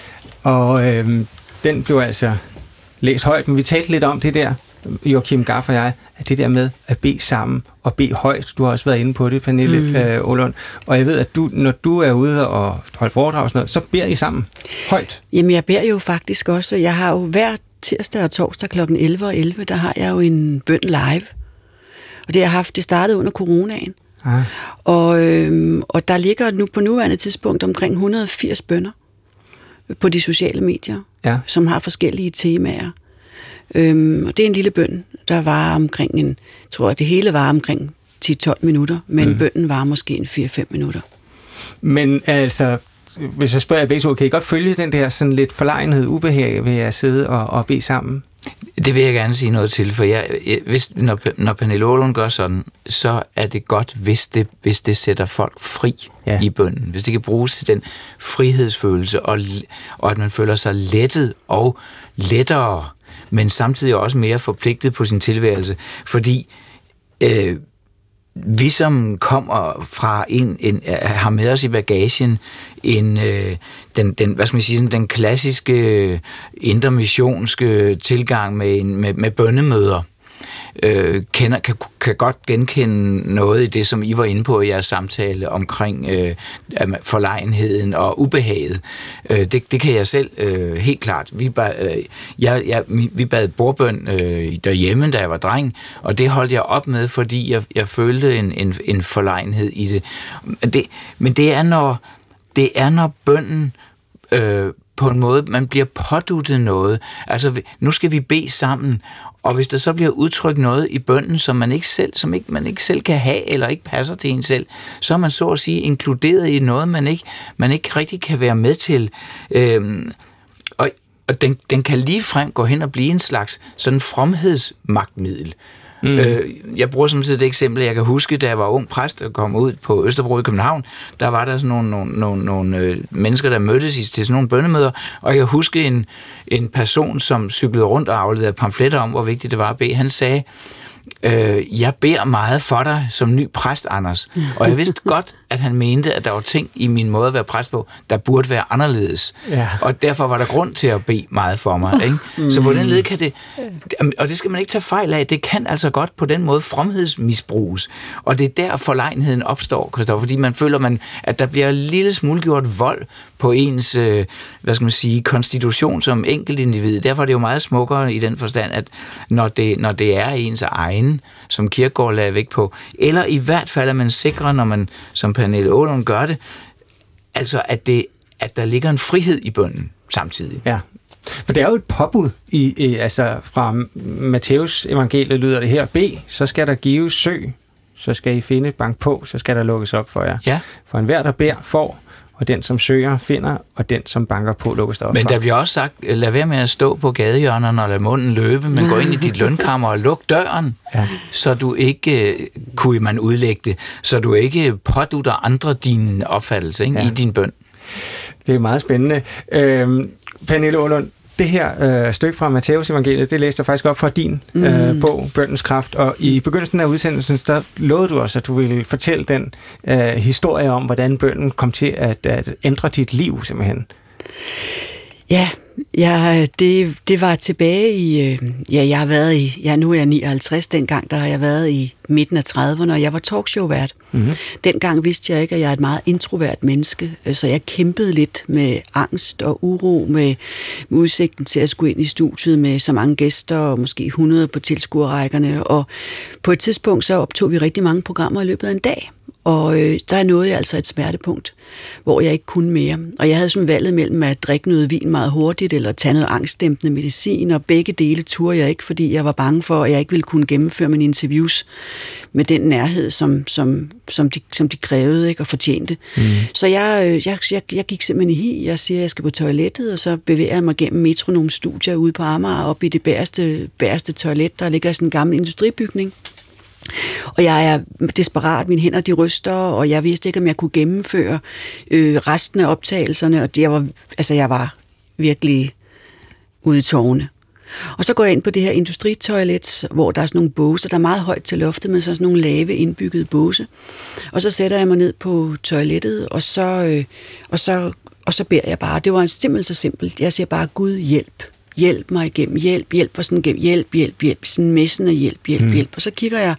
og øhm, den blev altså læst højt, men vi talte lidt om det der, Joachim Garff og jeg, at det der med at bede sammen og bede højt, du har også været inde på det, Pernille mm. øh, Aalund, og jeg ved, at du, når du er ude og holder foredrag og sådan noget, så beder I sammen højt. Jamen, jeg beder jo faktisk også, jeg har jo hver tirsdag og torsdag klokken elleve og elleve, der har jeg jo en bøn live, og det har jeg haft, det startede under coronaen, ah. og, øhm, og der ligger nu på nuværende tidspunkt omkring et hundrede og firs bønner på de sociale medier, ja. som har forskellige temaer. Øhm, og det er en lille bøn, der var omkring en, jeg tror at det hele var omkring ti til tolv minutter, men mm. bønnen var måske en fire til fem minutter. Men altså, hvis jeg spørger jer begge to, kan I godt følge den der sådan lidt forlegenhed, ubehag ved at sidde og, og bede sammen? Det vil jeg gerne sige noget til, for jeg, jeg, hvis, når, når Pernille Aalund gør sådan, så er det godt, hvis det, hvis det sætter folk fri ja. i bønnen. Hvis det kan bruges til den frihedsfølelse, og, og at man føler sig lettet og lettere, men samtidig også mere forpligtet på sin tilværelse, fordi øh, vi som kommer fra en, en har med os i bagagen en øh, den den hvad skal man sige sådan, den klassiske intermissionske tilgang med en, med, med bønnemøder. Øh, kender, kan, kan godt genkende noget i det, som I var inde på i jeres samtale omkring øh, forlegenheden og ubehaget. Øh, det, det kan jeg selv øh, helt klart. Vi, bad, øh, jeg, jeg, vi bad bordbøn øh, derhjemme, da jeg var dreng, og det holdt jeg op med, fordi jeg, jeg følte en, en, en forlegenhed i det. det. Men det er, når, det er, når bønnen øh, på en måde, man bliver påduttet noget. Altså, nu skal vi bede sammen, og hvis der så bliver udtrykt noget i bønnen, som man ikke selv, som ikke, man ikke selv kan have, eller ikke passer til en selv, så er man så at sige inkluderet i noget, man ikke, man ikke rigtig kan være med til. Øhm, og og den, den kan ligefrem gå hen og blive en slags sådan fromhedsmagtmiddel. Mm. Øh, jeg bruger samtidig det eksempel, jeg kan huske, da jeg var ung præst og kom ud på Østerbro i København, der var der sådan nogle, nogle, nogle, nogle øh, mennesker, der mødtes til sådan nogle bønnemøder, og jeg kan huske en, en person, som cyklede rundt og afleverede pamfletter om, hvor vigtigt det var at bede. Han sagde, øh, jeg beder meget for dig som ny præst, Anders. Mm. Og jeg vidste godt, at han mente, at der var ting i min måde at være præst på, der burde være anderledes. Ja. Og derfor var der grund til at bede meget for mig. Ikke? Mm. Så på den led kan det, og det skal man ikke tage fejl af, det kan altså godt på den måde fromhedsmisbruges. Og det er der forlegenheden opstår, Christoffer, fordi man føler, man, at der bliver en lille smule gjort vold på ens, øh, hvad skal man sige, konstitution som enkeltindivid. Derfor er det jo meget smukkere i den forstand, at når det, når det er ens egen, som Kierkegaard lagde vægt på, eller i hvert fald er man sikre, når man som Pernille Aalund gør det, altså at, det, at der ligger en frihed i bønnen samtidig. Ja, for det er jo et påbud, i, i, altså fra Matthæus evangeliet lyder det her, bed, så skal der gives, søg, så skal I finde, bank på, så skal der lukkes op for jer. Ja. For enhver, der beder, får, og og den, som søger, finder, og den, som banker på, lukkes der op. Men der bliver også sagt, lad være med at stå på gadehjørnerne og lade munden løbe, men gå ind i dit lønkammer og luk døren, ja. Så du ikke, kunne man udlægge det, så du ikke pådutter andre din opfattelse, ikke, ja. I din bøn. Det er meget spændende. Øhm, Pernille Aalund, det her øh, stykke fra Matthæus evangeliet, det læste jeg faktisk op fra din mm. øh, bog, Bønnens Kraft, og i begyndelsen af udsendelsen, der lovede du også, at du ville fortælle den øh, historie om, hvordan bønnen kom til at, at ændre dit liv, simpelthen. Ja, ja det, det var tilbage i, ja, jeg har været i, ja, nu er jeg nioghalvtreds, dengang der har jeg været i midten af trediverne, og jeg var talkshow-vært. Mm-hmm. Dengang vidste jeg ikke, at jeg er et meget introvert menneske, så jeg kæmpede lidt med angst og uro, med, med udsigten til at skulle ind i studiet med så mange gæster, og måske hundrede på tilskuerrækkerne, og på et tidspunkt så optog vi rigtig mange programmer i løbet af en dag. Og øh, der nåede jeg altså et smertepunkt, hvor jeg ikke kunne mere. Og jeg havde sådan valget mellem at drikke noget vin meget hurtigt, eller tage noget angstdæmpende medicin, og begge dele turde jeg ikke, fordi jeg var bange for, at jeg ikke ville kunne gennemføre mine interviews med den nærhed, som, som, som, de, som de krævede, ikke, og fortjente. Mm. Så jeg, jeg, jeg, jeg gik simpelthen i hi. Jeg siger, at jeg skal på toilettet, og så bevæger jeg mig gennem Metronoms studier ude på Amager, op i det bæreste, bæreste toilet, der ligger i sådan en gammel industribygning. Og jeg er desperat, mine hænder de ryster, og jeg vidste ikke, om jeg kunne gennemføre øh, resten af optagelserne, og jeg var, altså jeg var virkelig ude i tårne. Og så går jeg ind på det her industritoilet, hvor der er sådan nogle båse, der er meget højt til loftet, men så er sådan nogle lave indbyggede båse. Og så sætter jeg mig ned på toilettet, og så, øh, og så, og så beder jeg bare. Det var simpelthen så simpelt. Jeg siger bare, Gud hjælp. Hjælp mig igennem, hjælp, hjælp, og sådan hjælp, hjælp, hjælp, sådan messen af hjælp, hjælp, mm. hjælp. Og så kigger jeg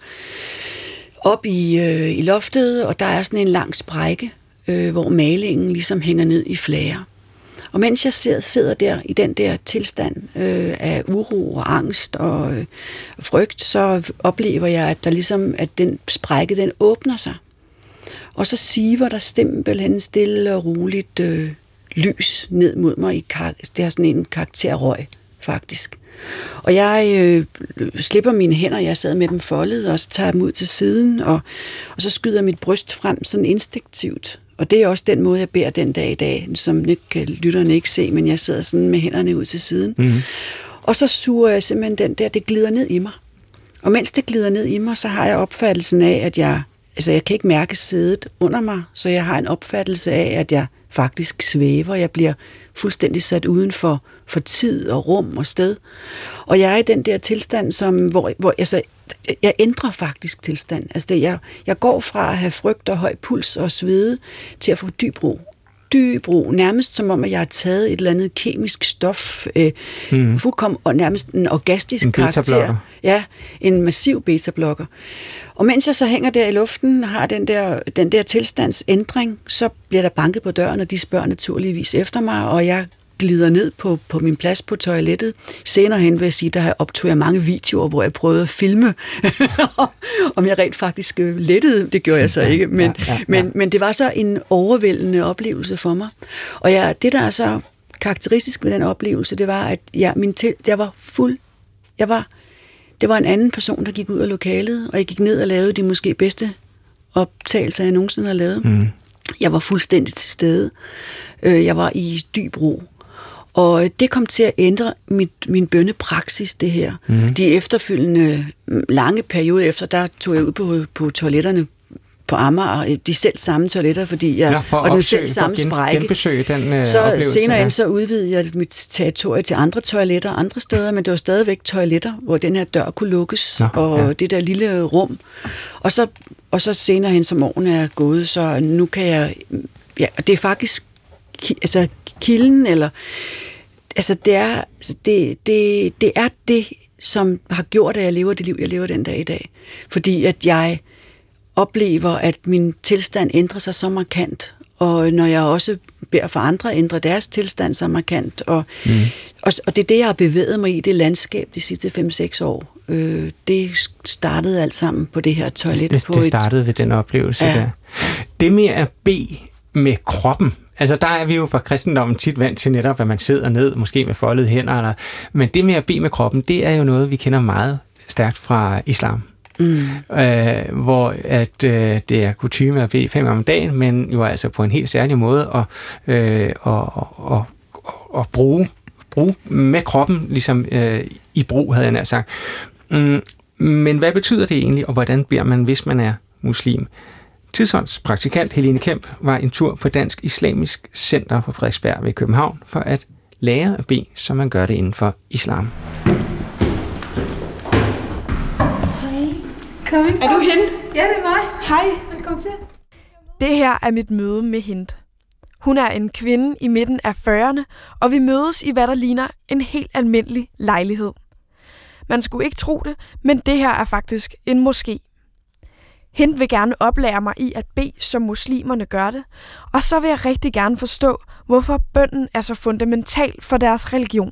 op i, øh, i loftet, og der er sådan en lang sprække, øh, hvor malingen ligesom hænger ned i flager. Og mens jeg sidder, sidder der i den der tilstand øh, af uro og angst og øh, frygt, så oplever jeg, at der ligesom, at den sprække, den åbner sig. Og så siver der simpelthen stille og roligt øh, lys ned mod mig. I kar- det har sådan en karakterrøg, faktisk. Og jeg øh, slipper mine hænder, jeg sad med dem foldet, og så tager jeg dem ud til siden, og, og så skyder mit bryst frem sådan instinktivt. Og det er også den måde, jeg beder den dag i dag, som ikke, lytterne ikke se, men jeg sidder sådan med hænderne ud til siden. Mm-hmm. Og så suger jeg simpelthen den der, det glider ned i mig. Og mens det glider ned i mig, så har jeg opfattelsen af, at jeg, altså jeg kan ikke mærke sædet under mig, så jeg har en opfattelse af, at jeg faktisk svæver. Jeg bliver fuldstændig sat uden for, for tid og rum og sted. Og jeg er i den der tilstand, som, hvor, hvor altså, jeg ændrer faktisk tilstand. Altså det, jeg, jeg går fra at have frygt og høj puls og svede til at få dyb ro. Dyb ro. Nærmest som om, at jeg har taget et eller andet kemisk stof, øh, mm. fuldkommen, og nærmest en orgastisk en karakter. Ja, en massiv beta-blokker. Og mens jeg så hænger der i luften, har den der, den der tilstandsændring, så bliver der banket på døren, og de spørger naturligvis efter mig, og jeg glider ned på, på min plads på toilettet. Senere hen vil jeg sige, der optog jeg mange videoer, hvor jeg prøvede at filme, om jeg rent faktisk lettede. Det gjorde jeg så ikke, men, ja, ja, ja. Men, men det var så en overvældende oplevelse for mig. Og jeg, det, der er så karakteristisk ved den oplevelse, det var, at jeg, min til, jeg var fuld. Jeg var, det var en anden person, der gik ud af lokalet, og jeg gik ned og lavede de måske bedste optagelser, jeg nogensinde har lavet. Mm. Jeg var fuldstændig til stede. Jeg var i dyb ro. Og det kom til at ændre mit, min bønnepraksis, det her. Mm-hmm. De efterfølgende lange perioder efter, der tog jeg ud på, på toiletterne på Amager, de selv samme toiletter, fordi jeg, ja, for og den selv samme sprække. Genbesøge den uh, så oplevelse. Senere hen så udvidede jeg mit territorie til andre toiletter, andre steder, men det var stadigvæk toiletter, hvor den her dør kunne lukkes, Nå, og ja. det der lille rum. Og så, og så senere hen, som årene er gået, så nu kan jeg, ja, det er faktisk, altså kilden, eller, altså det er, det, det, det er det, som har gjort, at jeg lever det liv, jeg lever den dag i dag. Fordi at jeg oplever, at min tilstand ændrer sig så markant, og når jeg også beder for andre, ændrer deres tilstand så markant, og, mm. og, og det er det, jeg har bevæget mig i, det landskab de sidste fem seks år. Øh, det startede alt sammen på det her toilet. Det, på det startede et, ved den oplevelse ja. der. Det med at bede med kroppen, altså der er vi jo fra kristendommen tit vant til netop, at man sidder ned, måske med foldede hænder, eller, men det med at bede med kroppen, det er jo noget, vi kender meget stærkt fra islam. mm. øh, hvor at øh, det er kutyme at bede fem om dagen, men jo altså på en helt særlig måde at, øh, og, og, og, og bruge, bruge med kroppen, ligesom øh, i brug, havde jeg nær sagt. Mm, men hvad betyder det egentlig, og hvordan beder man, hvis man er muslim? Tidsåndspraktikant Helene Kemp var en tur på Dansk Islamisk Center på Frederiksberg ved København for at lære at bede, som man gør det inden for islam. Kom ind. Er du Hind? Ja, det er mig. Hej. Velkommen til. Det her er mit møde med Hind. Hun er en kvinde i midten af fyrrerne, og vi mødes i hvad der ligner en helt almindelig lejlighed. Man skulle ikke tro det, men det her er faktisk en moské. Hind vil gerne oplære mig i at bede, som muslimerne gør det, og så vil jeg rigtig gerne forstå, hvorfor bønnen er så fundamental for deres religion.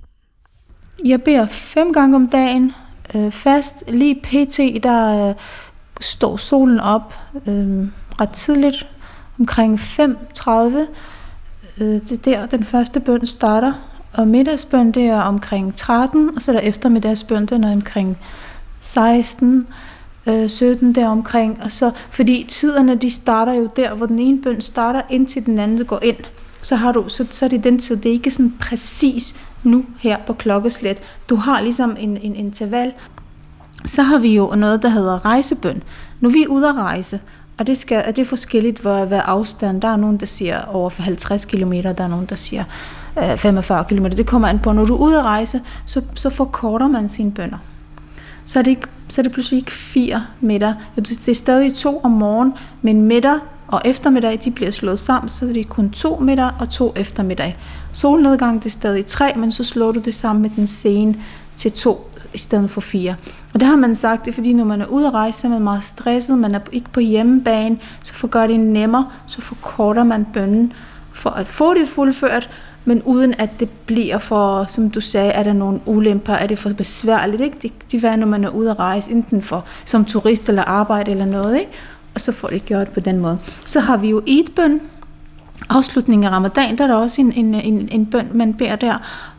Jeg beder fem gange om dagen, øh, fast. Lige pt. Der øh, står solen op øh, ret tidligt, omkring fem tredive. Øh, det er der, den første bøn starter. Og middagsbøn, det er omkring tretten, og så er der eftermiddagsbøn, den er omkring seksten, øh, sytten der omkring. Og så, fordi tiderne, de starter jo der, hvor den ene bøn starter, indtil den anden går ind. Så, har du, så, så er det den tid, det er ikke sådan præcis nu her på klokkeslæt. Du har ligesom en, en interval. Så har vi jo noget, der hedder rejsebøn. Nu er vi ude at rejse, og det, skal, og det er forskelligt, hvad, hvad afstand. Der er nogen, der siger over halvtreds kilometer, der er nogen, der siger øh, femogfyrre kilometer. Det kommer an på, når du er ude at rejse, så, så forkorter man sine bønner. Så er det, ikke, så er det pludselig ikke fire middag. Det er stadig to om morgenen, men middag og eftermiddag, de bliver slået sammen, så er det kun to middag og to eftermiddag. Solnedgang, det er stadig tre, men så slår du det sammen med den sene til to i stedet for fire. Og det har man sagt, det er fordi, når man er ude at rejse, så er man meget stresset, man er ikke på hjemmebane, så for at gøre det nemmere, så forkorter man bønnen for at få det fuldført, men uden at det bliver for, som du sagde, er der nogle ulemper, er det for besværligt, ikke? Det, det er, når man er ude at rejse, enten for, som turist eller arbejde eller noget, ikke? Og så får det gjort på den måde. Så har vi jo Eid-bøn. Afslutningen af ramadan, der er der også en, en, en, en bøn, man beder der.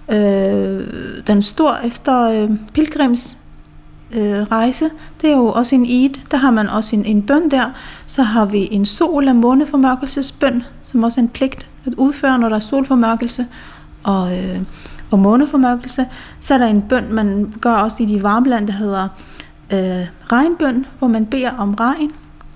Øh, den står efter øh, pilgrims øh, rejse. Det er jo også en Eid. Der har man også en, en bøn der. Så har vi en sol- og måneformørkelsesbøn, som også er en pligt at udføre, når der er solformørkelse og, øh, og måneformørkelse. Så er der en bøn, man gør også i de varme lande, der hedder øh, regnbøn, hvor man beder om regn.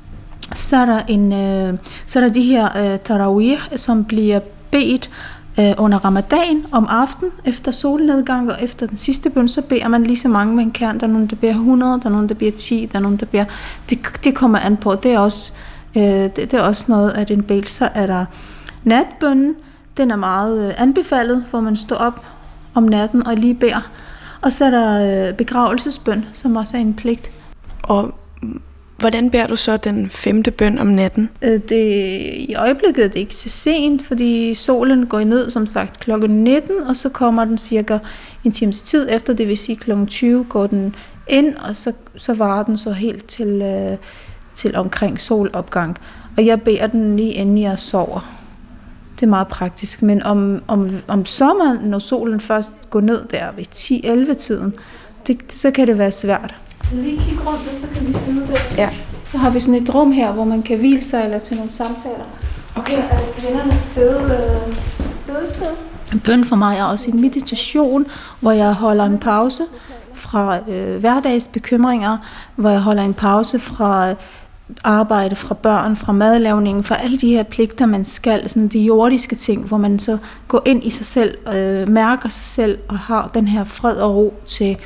Så er der, en, øh, så er der de her øh, tarawih, som bliver bedt øh, under ramadan om aften, efter solnedgang og efter den sidste bøn, så beder man lige så mange, man kan. Der er nogen, der beder hundrede, der er nogen, der beder ti, der er nogen, der beder... Det, det kommer an på. Det er også, øh, det, det er også noget af den bed. Så er der natbønnen. Den er meget øh, anbefalet, hvor man står op om natten og lige beder. Og så er der øh, begravelsesbøn, som også er en pligt. Og hvordan beder du så den femte bøn om natten? Det, I øjeblikket er det ikke så sent, fordi solen går ned, som sagt, klokken nitten, og så kommer den cirka en times tid efter, det vil sige klokken tyve går den ind, og så, så varer den så helt til, øh, til omkring solopgang. Og jeg beder den lige inden jeg sover. Det er meget praktisk, men om, om, om sommeren, når solen først går ned der ved ti elleve tiden, det, så kan det være svært. Lige kigge rundt, og så kan vi sidde der. Ja. Så har vi sådan et rum her, hvor man kan hvile sig eller til nogle samtaler. Okay. Her er kvindernes bedested. En bøn for mig er også en meditation, hvor jeg holder en pause fra øh, hverdagsbekymringer, hvor jeg holder en pause fra arbejde, fra børn, fra madlavningen, fra alle de her pligter, man skal, sådan de jordiske ting, hvor man så går ind i sig selv, øh, mærker sig selv og har den her fred og ro til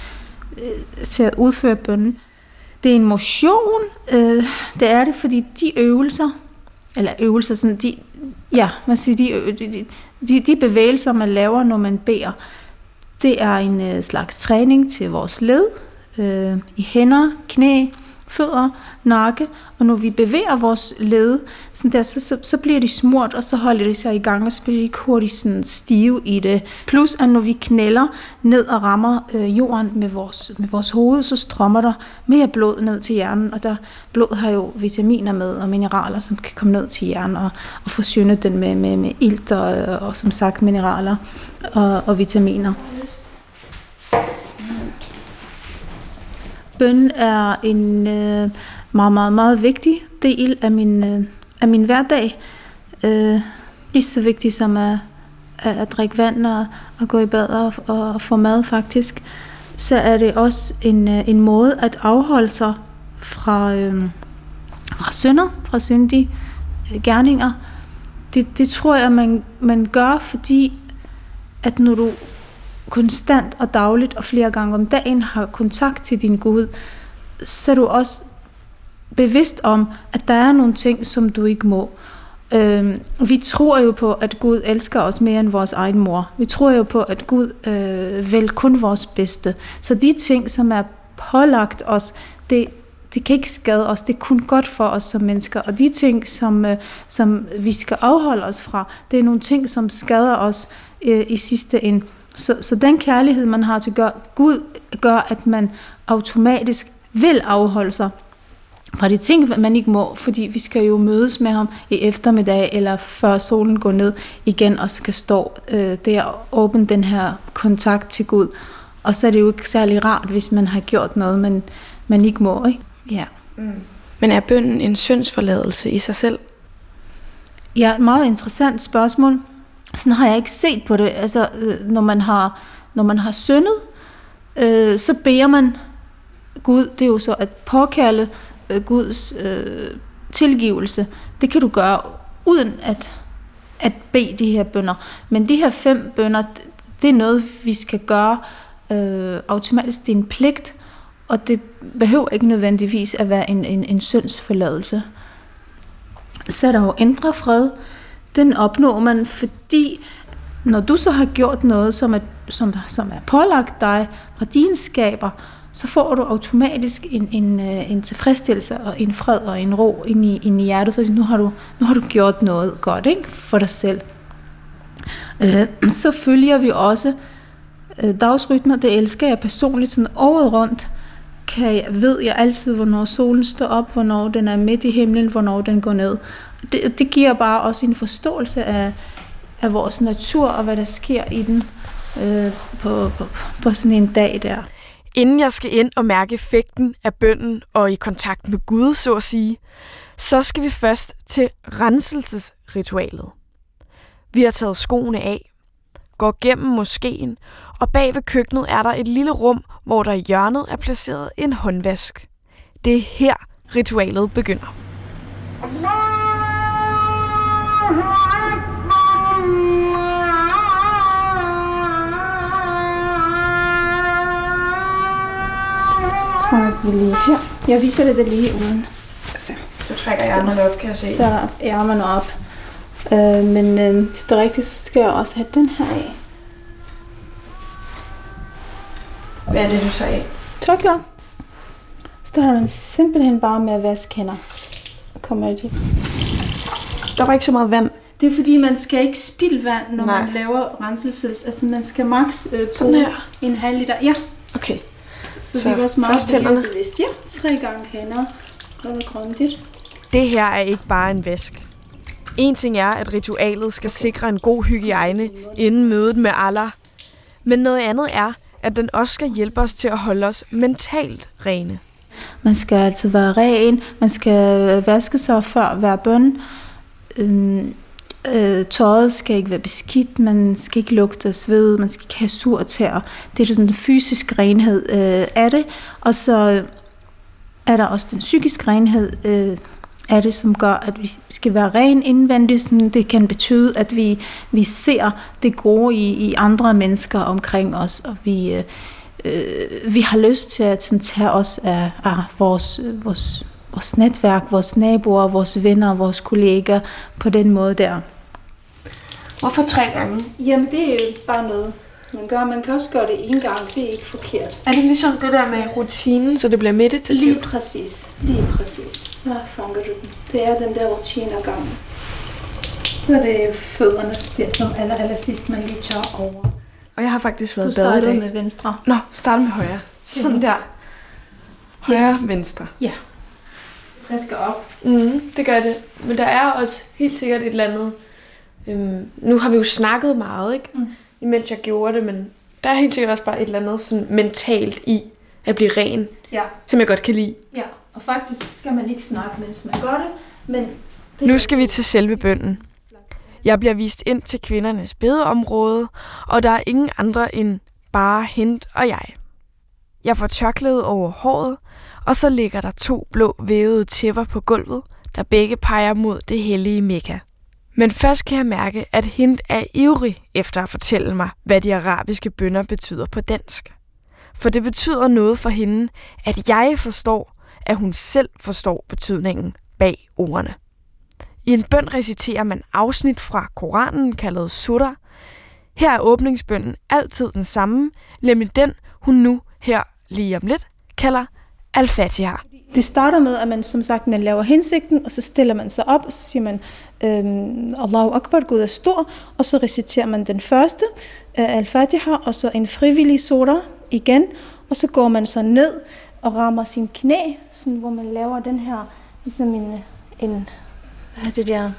til at udføre bønnen. Det er en motion, øh, det er det, fordi de øvelser, eller øvelser, sådan de, ja, man siger, de, de, de, de bevægelser, man laver, når man beder, det er en øh, slags træning til vores led, øh, i hænder, knæ, fødder, nakke, og når vi bevæger vores led, sådan der, så, så, så bliver de smurt, og så holder de sig i gang, og så bliver de ikke hurtigt sådan stive i det. Plus, at når vi knælder ned og rammer øh, jorden med vores, med vores hoved, så strømmer der mere blod ned til hjernen, og der blod har jo vitaminer med, og mineraler, som kan komme ned til hjernen, og, og forsyne den med, med, med ilt, og, og som sagt mineraler og, og vitaminer. bøn er en øh, meget, meget, meget vigtig del af min, øh, af min hverdag. Øh, lige så vigtig som at, at drikke vand og at gå i bad og, og få mad faktisk. Så er det også en, en måde at afholde sig fra, øh, fra synder, fra syndige gerninger. Det, det tror jeg, man, man gør, fordi at når du konstant og dagligt og flere gange om dagen har kontakt til din Gud, så er du også bevidst om, at der er nogle ting, som du ikke må. Øh, vi tror jo på, at Gud elsker os mere end vores egen mor. Vi tror jo på, at Gud øh, vil kun vores bedste. Så de ting, som er pålagt os, det, det kan ikke skade os. Det er kun godt for os som mennesker. Og de ting, som, øh, som vi skal afholde os fra, det er nogle ting, som skader os øh, i sidste ende. Så, så den kærlighed, man har til Gud, gør, at man automatisk vil afholde sig fra de ting, man ikke må, fordi vi skal jo mødes med ham i eftermiddag, eller før solen går ned igen, og skal stå øh, der og åbne den her kontakt til Gud. Og så er det jo ikke særlig rart, hvis man har gjort noget, man, man ikke må. Ikke? Ja. Mm. Men er bønnen en syndsforladelse i sig selv? Ja, et meget interessant spørgsmål. Sådan har jeg ikke set på det. Altså, når man har, når man har syndet, øh, så beder man Gud, det er jo så at påkalde Guds øh, tilgivelse. Det kan du gøre uden at, at bede de her bønner. Men de her fem bønner, det er noget, vi skal gøre øh, automatisk. Det er en pligt, og det behøver ikke nødvendigvis at være en, en, en syndsforladelse. Så er der jo indre fred. Den opnår man, fordi når du så har gjort noget, som er, som, som er pålagt dig fra dine skaber, så får du automatisk en, en, en tilfredsstillelse og en fred og en ro ind i, ind i hjertet, for nu har, du, nu har du gjort noget godt, ikke, for dig selv. Øh, så følger vi også øh, dagsrytmer. Det elsker jeg personligt. Sådan året rundt kan jeg, ved jeg altid, hvornår solen står op, hvornår den er midt i himlen, hvornår den går ned. Det, det giver bare også en forståelse af, af vores natur og hvad der sker i den øh, på, på, på sådan en dag der. Inden jeg skal ind og mærke effekten af bønnen og i kontakt med Gud, så at sige, så skal vi først til renselsesritualet. Vi har taget skoene af, går gennem moskeen, og bag ved køkkenet er der et lille rum, hvor der i hjørnet er placeret en håndvask. Det er her, ritualet begynder. Så trækker vi lige her. Jeg viser det, det lige uden. Så, du trækker ærmerne op, kan jeg se. Så er ærmerne op. Øh, men øh, hvis det er rigtigt, så skal jeg også have den her af. Hvad er det, du tager af? Tørklæde. Så har man simpelthen bare med at vaske hænder. Kommer jeg til. Der var ikke så meget vand. Det er fordi, man skal ikke spilde vand, når Nej. man laver renselses. Altså, man skal maks øh, bruge en halv liter. Ja. Okay. Så, så det er også meget bevidst. Ja, tre gange hænder. Gør det grundigt. Det her er ikke bare en vask. En ting er, at ritualet skal sikre en god hygiejne inden mødet med Allah. Men noget andet er, at den også skal hjælpe os til at holde os mentalt rene. Man skal altid være ren. Man skal vaske sig før hver bøn. Øhm, øh, tøjet skal ikke være beskidt. Man skal ikke lugte af sved. Man skal ikke have sur tær. Det er sådan den fysiske renhed øh, af det. Og så er der også den psykiske renhed øh, af det, som gør, at vi skal være ren indvendigt. Det kan betyde, at vi, vi ser det gode i, i andre mennesker omkring os, og vi, øh, øh, vi har lyst til at sådan, tage os af, af vores, vores, vores netværk, vores naboer, vores venner, vores kolleger på den måde der. Hvorfor tre gange? Jamen, det er jo bare noget, man gør. Man kan også gøre det en gang, det er ikke forkert. Er det ligesom det der med rutinen, så det bliver meditativt? Lige præcis, lige præcis. Hvad fanger du den? Det er den der rutine af gangen. Så er det fødderne, der som aller, aller sidst, man lige tør over. Og jeg har faktisk været badet i dag. Du startede med med venstre. Nå, start med højre. Sådan der. Højre, yes. Venstre. Ja. Frisker op. Mm, det gør det. Men der er også helt sikkert et eller andet. Øhm, nu har vi jo snakket meget, ikke? Mm. Imens jeg gjorde det, men der er helt sikkert også bare et eller andet sådan mentalt i at blive ren ja. Som jeg godt kan lide. Ja, og faktisk skal man ikke snakke, mens man gør det, men... Det nu skal vi til selve bønnen. Jeg bliver vist ind til kvindernes bedeområde, og der er ingen andre end bare Hind og jeg. Jeg får tørklædet over håret, og så ligger der to blå vævede tæpper på gulvet, der begge peger mod det hellige Mekka. Men først kan jeg mærke, at Hind er ivrig efter at fortælle mig, hvad de arabiske bønner betyder på dansk. For det betyder noget for hende, at jeg forstår, at hun selv forstår betydningen bag ordene. I en bøn reciterer man afsnit fra Koranen kaldet surah. Her er åbningsbønnen altid den samme, nemlig den, hun nu her lige om lidt kalder Al-Fatiha. Det starter med, at man som sagt man laver hensigten, og så stiller man sig op, og så siger man øhm, Allahu Akbar, Gud er stor, og så reciterer man den første, øh, Al-Fatiha, og så en frivillig surah igen, og så går man så ned og rammer sin knæ, sådan, hvor man laver den her, ligesom en, en hvad er det der,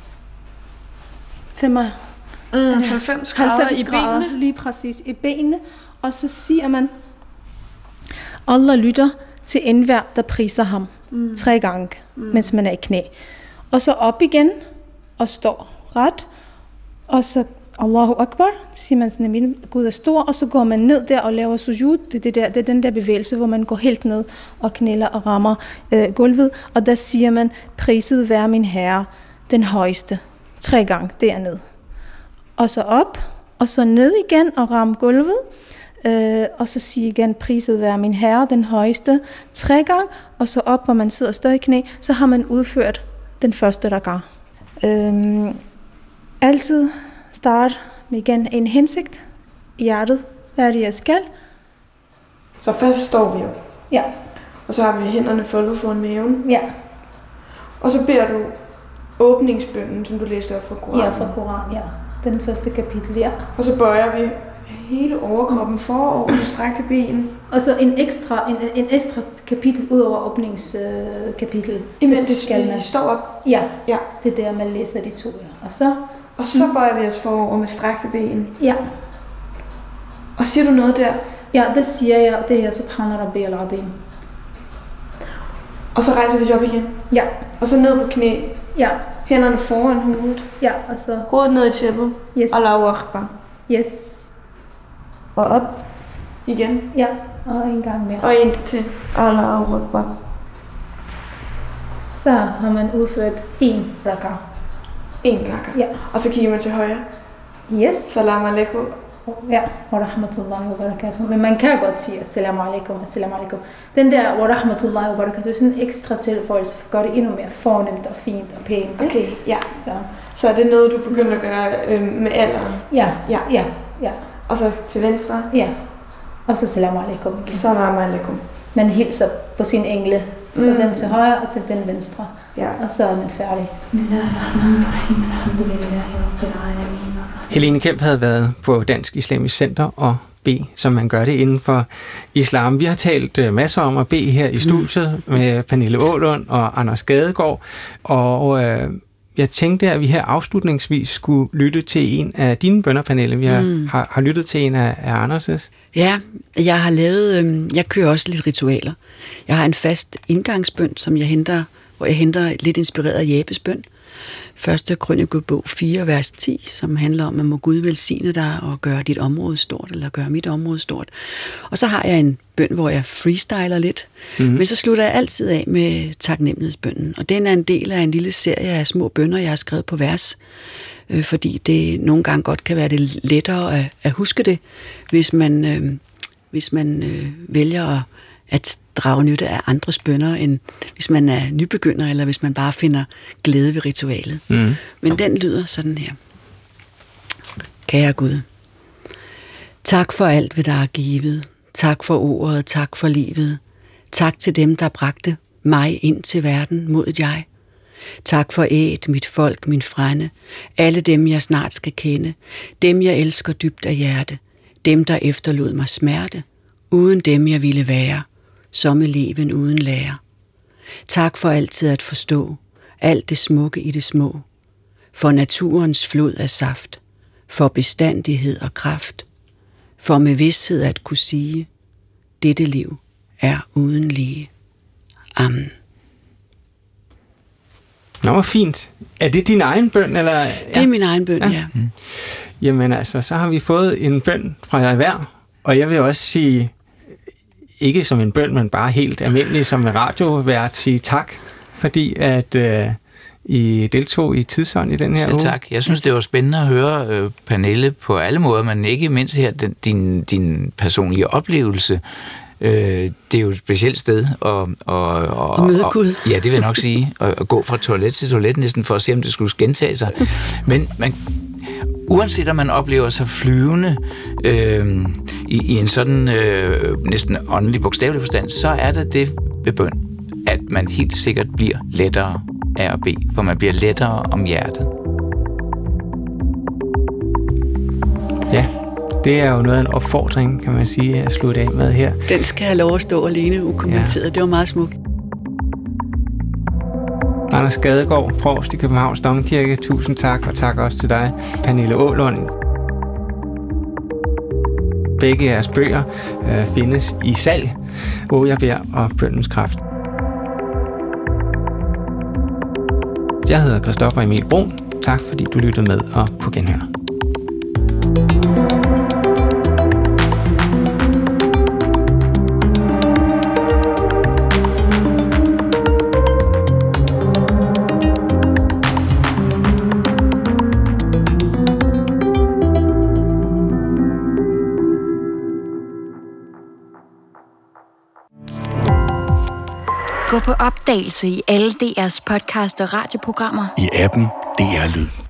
femmer, mm, halvfems grader i benene. Lige præcis, i benene, og så siger man, Allah lytter til enhver, der priser ham mm. tre gange, mm. mens man er i knæ. Og så op igen, og står ret, og så Allahu Akbar, siger man sådan, at Gud er stor, og så går man ned der og laver sujud. Det, det, der, det er den der bevægelse, hvor man går helt ned og knæler og rammer øh, gulvet, og der siger man, priset være min herre, den højeste, tre gange derned. Og så op, og så ned igen og ramme gulvet, øh, og så sige igen, priset være min herre, den højeste, tre gange, og så op, hvor man sidder stadig i knæ, så har man udført den første rakat. Øh, altid start med igen en hensigt i hjertet. Hvad er det, jeg skal? Så først står vi jo. Ja. Og så har vi hænderne foldet foran maven. Ja. Og så beder du åbningsbønnen, som du læste op fra Koranen. Ja, fra Koranen, ja. Den første kapitel, ja. Og så bøjer vi hele overkroppen forover med strækte ben. Og så en ekstra, en, en ekstra kapitel ud over åbningskapitel. Øh, Imens det skal man stå op? Ja, ja, det er der, man læser de to. Ja. Og så, og så mm. bøjer vi os forover med strækte ben. Ja. Og siger du noget der? Ja, det siger jeg. Det her Subhana Rabbi al-Azim. Og så rejser vi os op igen? Ja. Og så ned på knæ? Ja. Hænderne foran hovedet? Ja, og så... Hovedet ned i tæppet? Yes. Allahu Akbar? Yes. Og op? Igen? Ja, og en gang mere. Og en til. Allahu Akbar. Så har man udført en rakat. En rakat? Ja. Og så kigger man til højre? Yes. Salam alaikum. Ja, wa rahmatullahi wa barakatuh. Men man kan godt sige assalamu alaikum, assalamu alaikum. Den der wa rahmatullahi wa barakatuh, sådan en ekstra tilføjelse for at gøre det endnu mere fornemt og fint og pænt. Okay, ja. Så, så er det noget, du begynder at gøre øh, med alderen? Ja, ja, ja, ja. Og så til venstre? Ja. Og så assalamu alaikum igen. Salam alaikum. Man hilser på sin engle. Mm. Og den til højre og til den venstre. Ja. Og så er man færdig. Bismillahirrahmanirrahim. Alhamdulillahi rabbil alamin. Helene Kemp havde været på Dansk Islamisk Center og bede, som man gør det inden for islam. Vi har talt masser om at bede her i studiet mm. med Pernille Ålund og Anders Gadegaard, og øh, jeg tænkte, at vi her afslutningsvis skulle lytte til en af dine bønner, Pernille. Vi har, mm. har, har lyttet til en af, af Anders'. Ja, jeg har lavet, øh, jeg kører også lidt ritualer. Jeg har en fast indgangsbøn, som jeg henter, hvor jeg henter lidt inspireret af Jabes bøn. Første Krønikebog fire, vers ti, som handler om, at må Gud velsigne dig og gøre dit område stort, eller gøre mit område stort. Og så har jeg en bøn, hvor jeg freestyler lidt, mm-hmm. men så slutter jeg altid af med taknemmelighedsbønnen. Og den er en del af en lille serie af små bønner, jeg har skrevet på vers, øh, fordi det nogle gange godt kan være det lettere at, at huske det, hvis man, øh, hvis man øh, vælger at at drage nytte af andres bønner, end hvis man er nybegynder, eller hvis man bare finder glæde ved ritualet. Mm. Men den lyder sådan her. Kære Gud, tak for alt, hvad der er givet. Tak for ordet, tak for livet. Tak til dem, der bragte mig ind til verden mod jeg. Tak for æt, mit folk, min frænde, alle dem, jeg snart skal kende, dem, jeg elsker dybt af hjerte, dem, der efterlod mig smerte, uden dem, jeg ville være, som eleven uden lærer. Tak for altid at forstå, alt det smukke i det små, for naturens flod af saft, for bestandighed og kraft, for med vidsthed at kunne sige, dette liv er uden lige. Amen. Nå, hvor fint. Er det din egen bøn? Eller? Ja. Det er min egen bøn, ja. ja. Mm. Jamen altså, så har vi fået en bøn fra jer hver, og jeg vil også sige, ikke som en bøn, men bare helt almindelig som en radiovært, sige tak, fordi at øh, I deltog i Tidsånd i den her Selv uge. tak. Jeg synes, det var spændende at høre øh, Pernille på alle måder, men ikke mindst her den, din, din personlige oplevelse. Øh, det er jo et specielt sted at, og, og, og møde Gud. Ja, det vil jeg nok sige. At, at gå fra toilet til toilet næsten for at se, om det skulle gentage sig. Men man, uanset om man oplever sig flyvende øh, i, i en sådan øh, næsten åndelig bogstavelig forstand, så er der det ved bøn, at man helt sikkert bliver lettere af at bede, for man bliver lettere om hjertet. Ja. Det er jo noget af en opfordring, kan man sige, at slutte af med her. Den skal have lov at stå alene ukommenteret. Ja. Det var meget smukt. Anders Gadegaard, provst i Københavns Domkirke. Tusind tak, og tak også til dig, Pernille Aalund. Begge jeres bøger øh, findes i salg. Åh, jeg beder og bøndens kraft. Jeg hedder Christoffer Emil Bruun. Tak fordi du lyttede med, og på genhør. Gå på opdagelse i alle D R's podcast og radioprogrammer. I appen D R Lyd.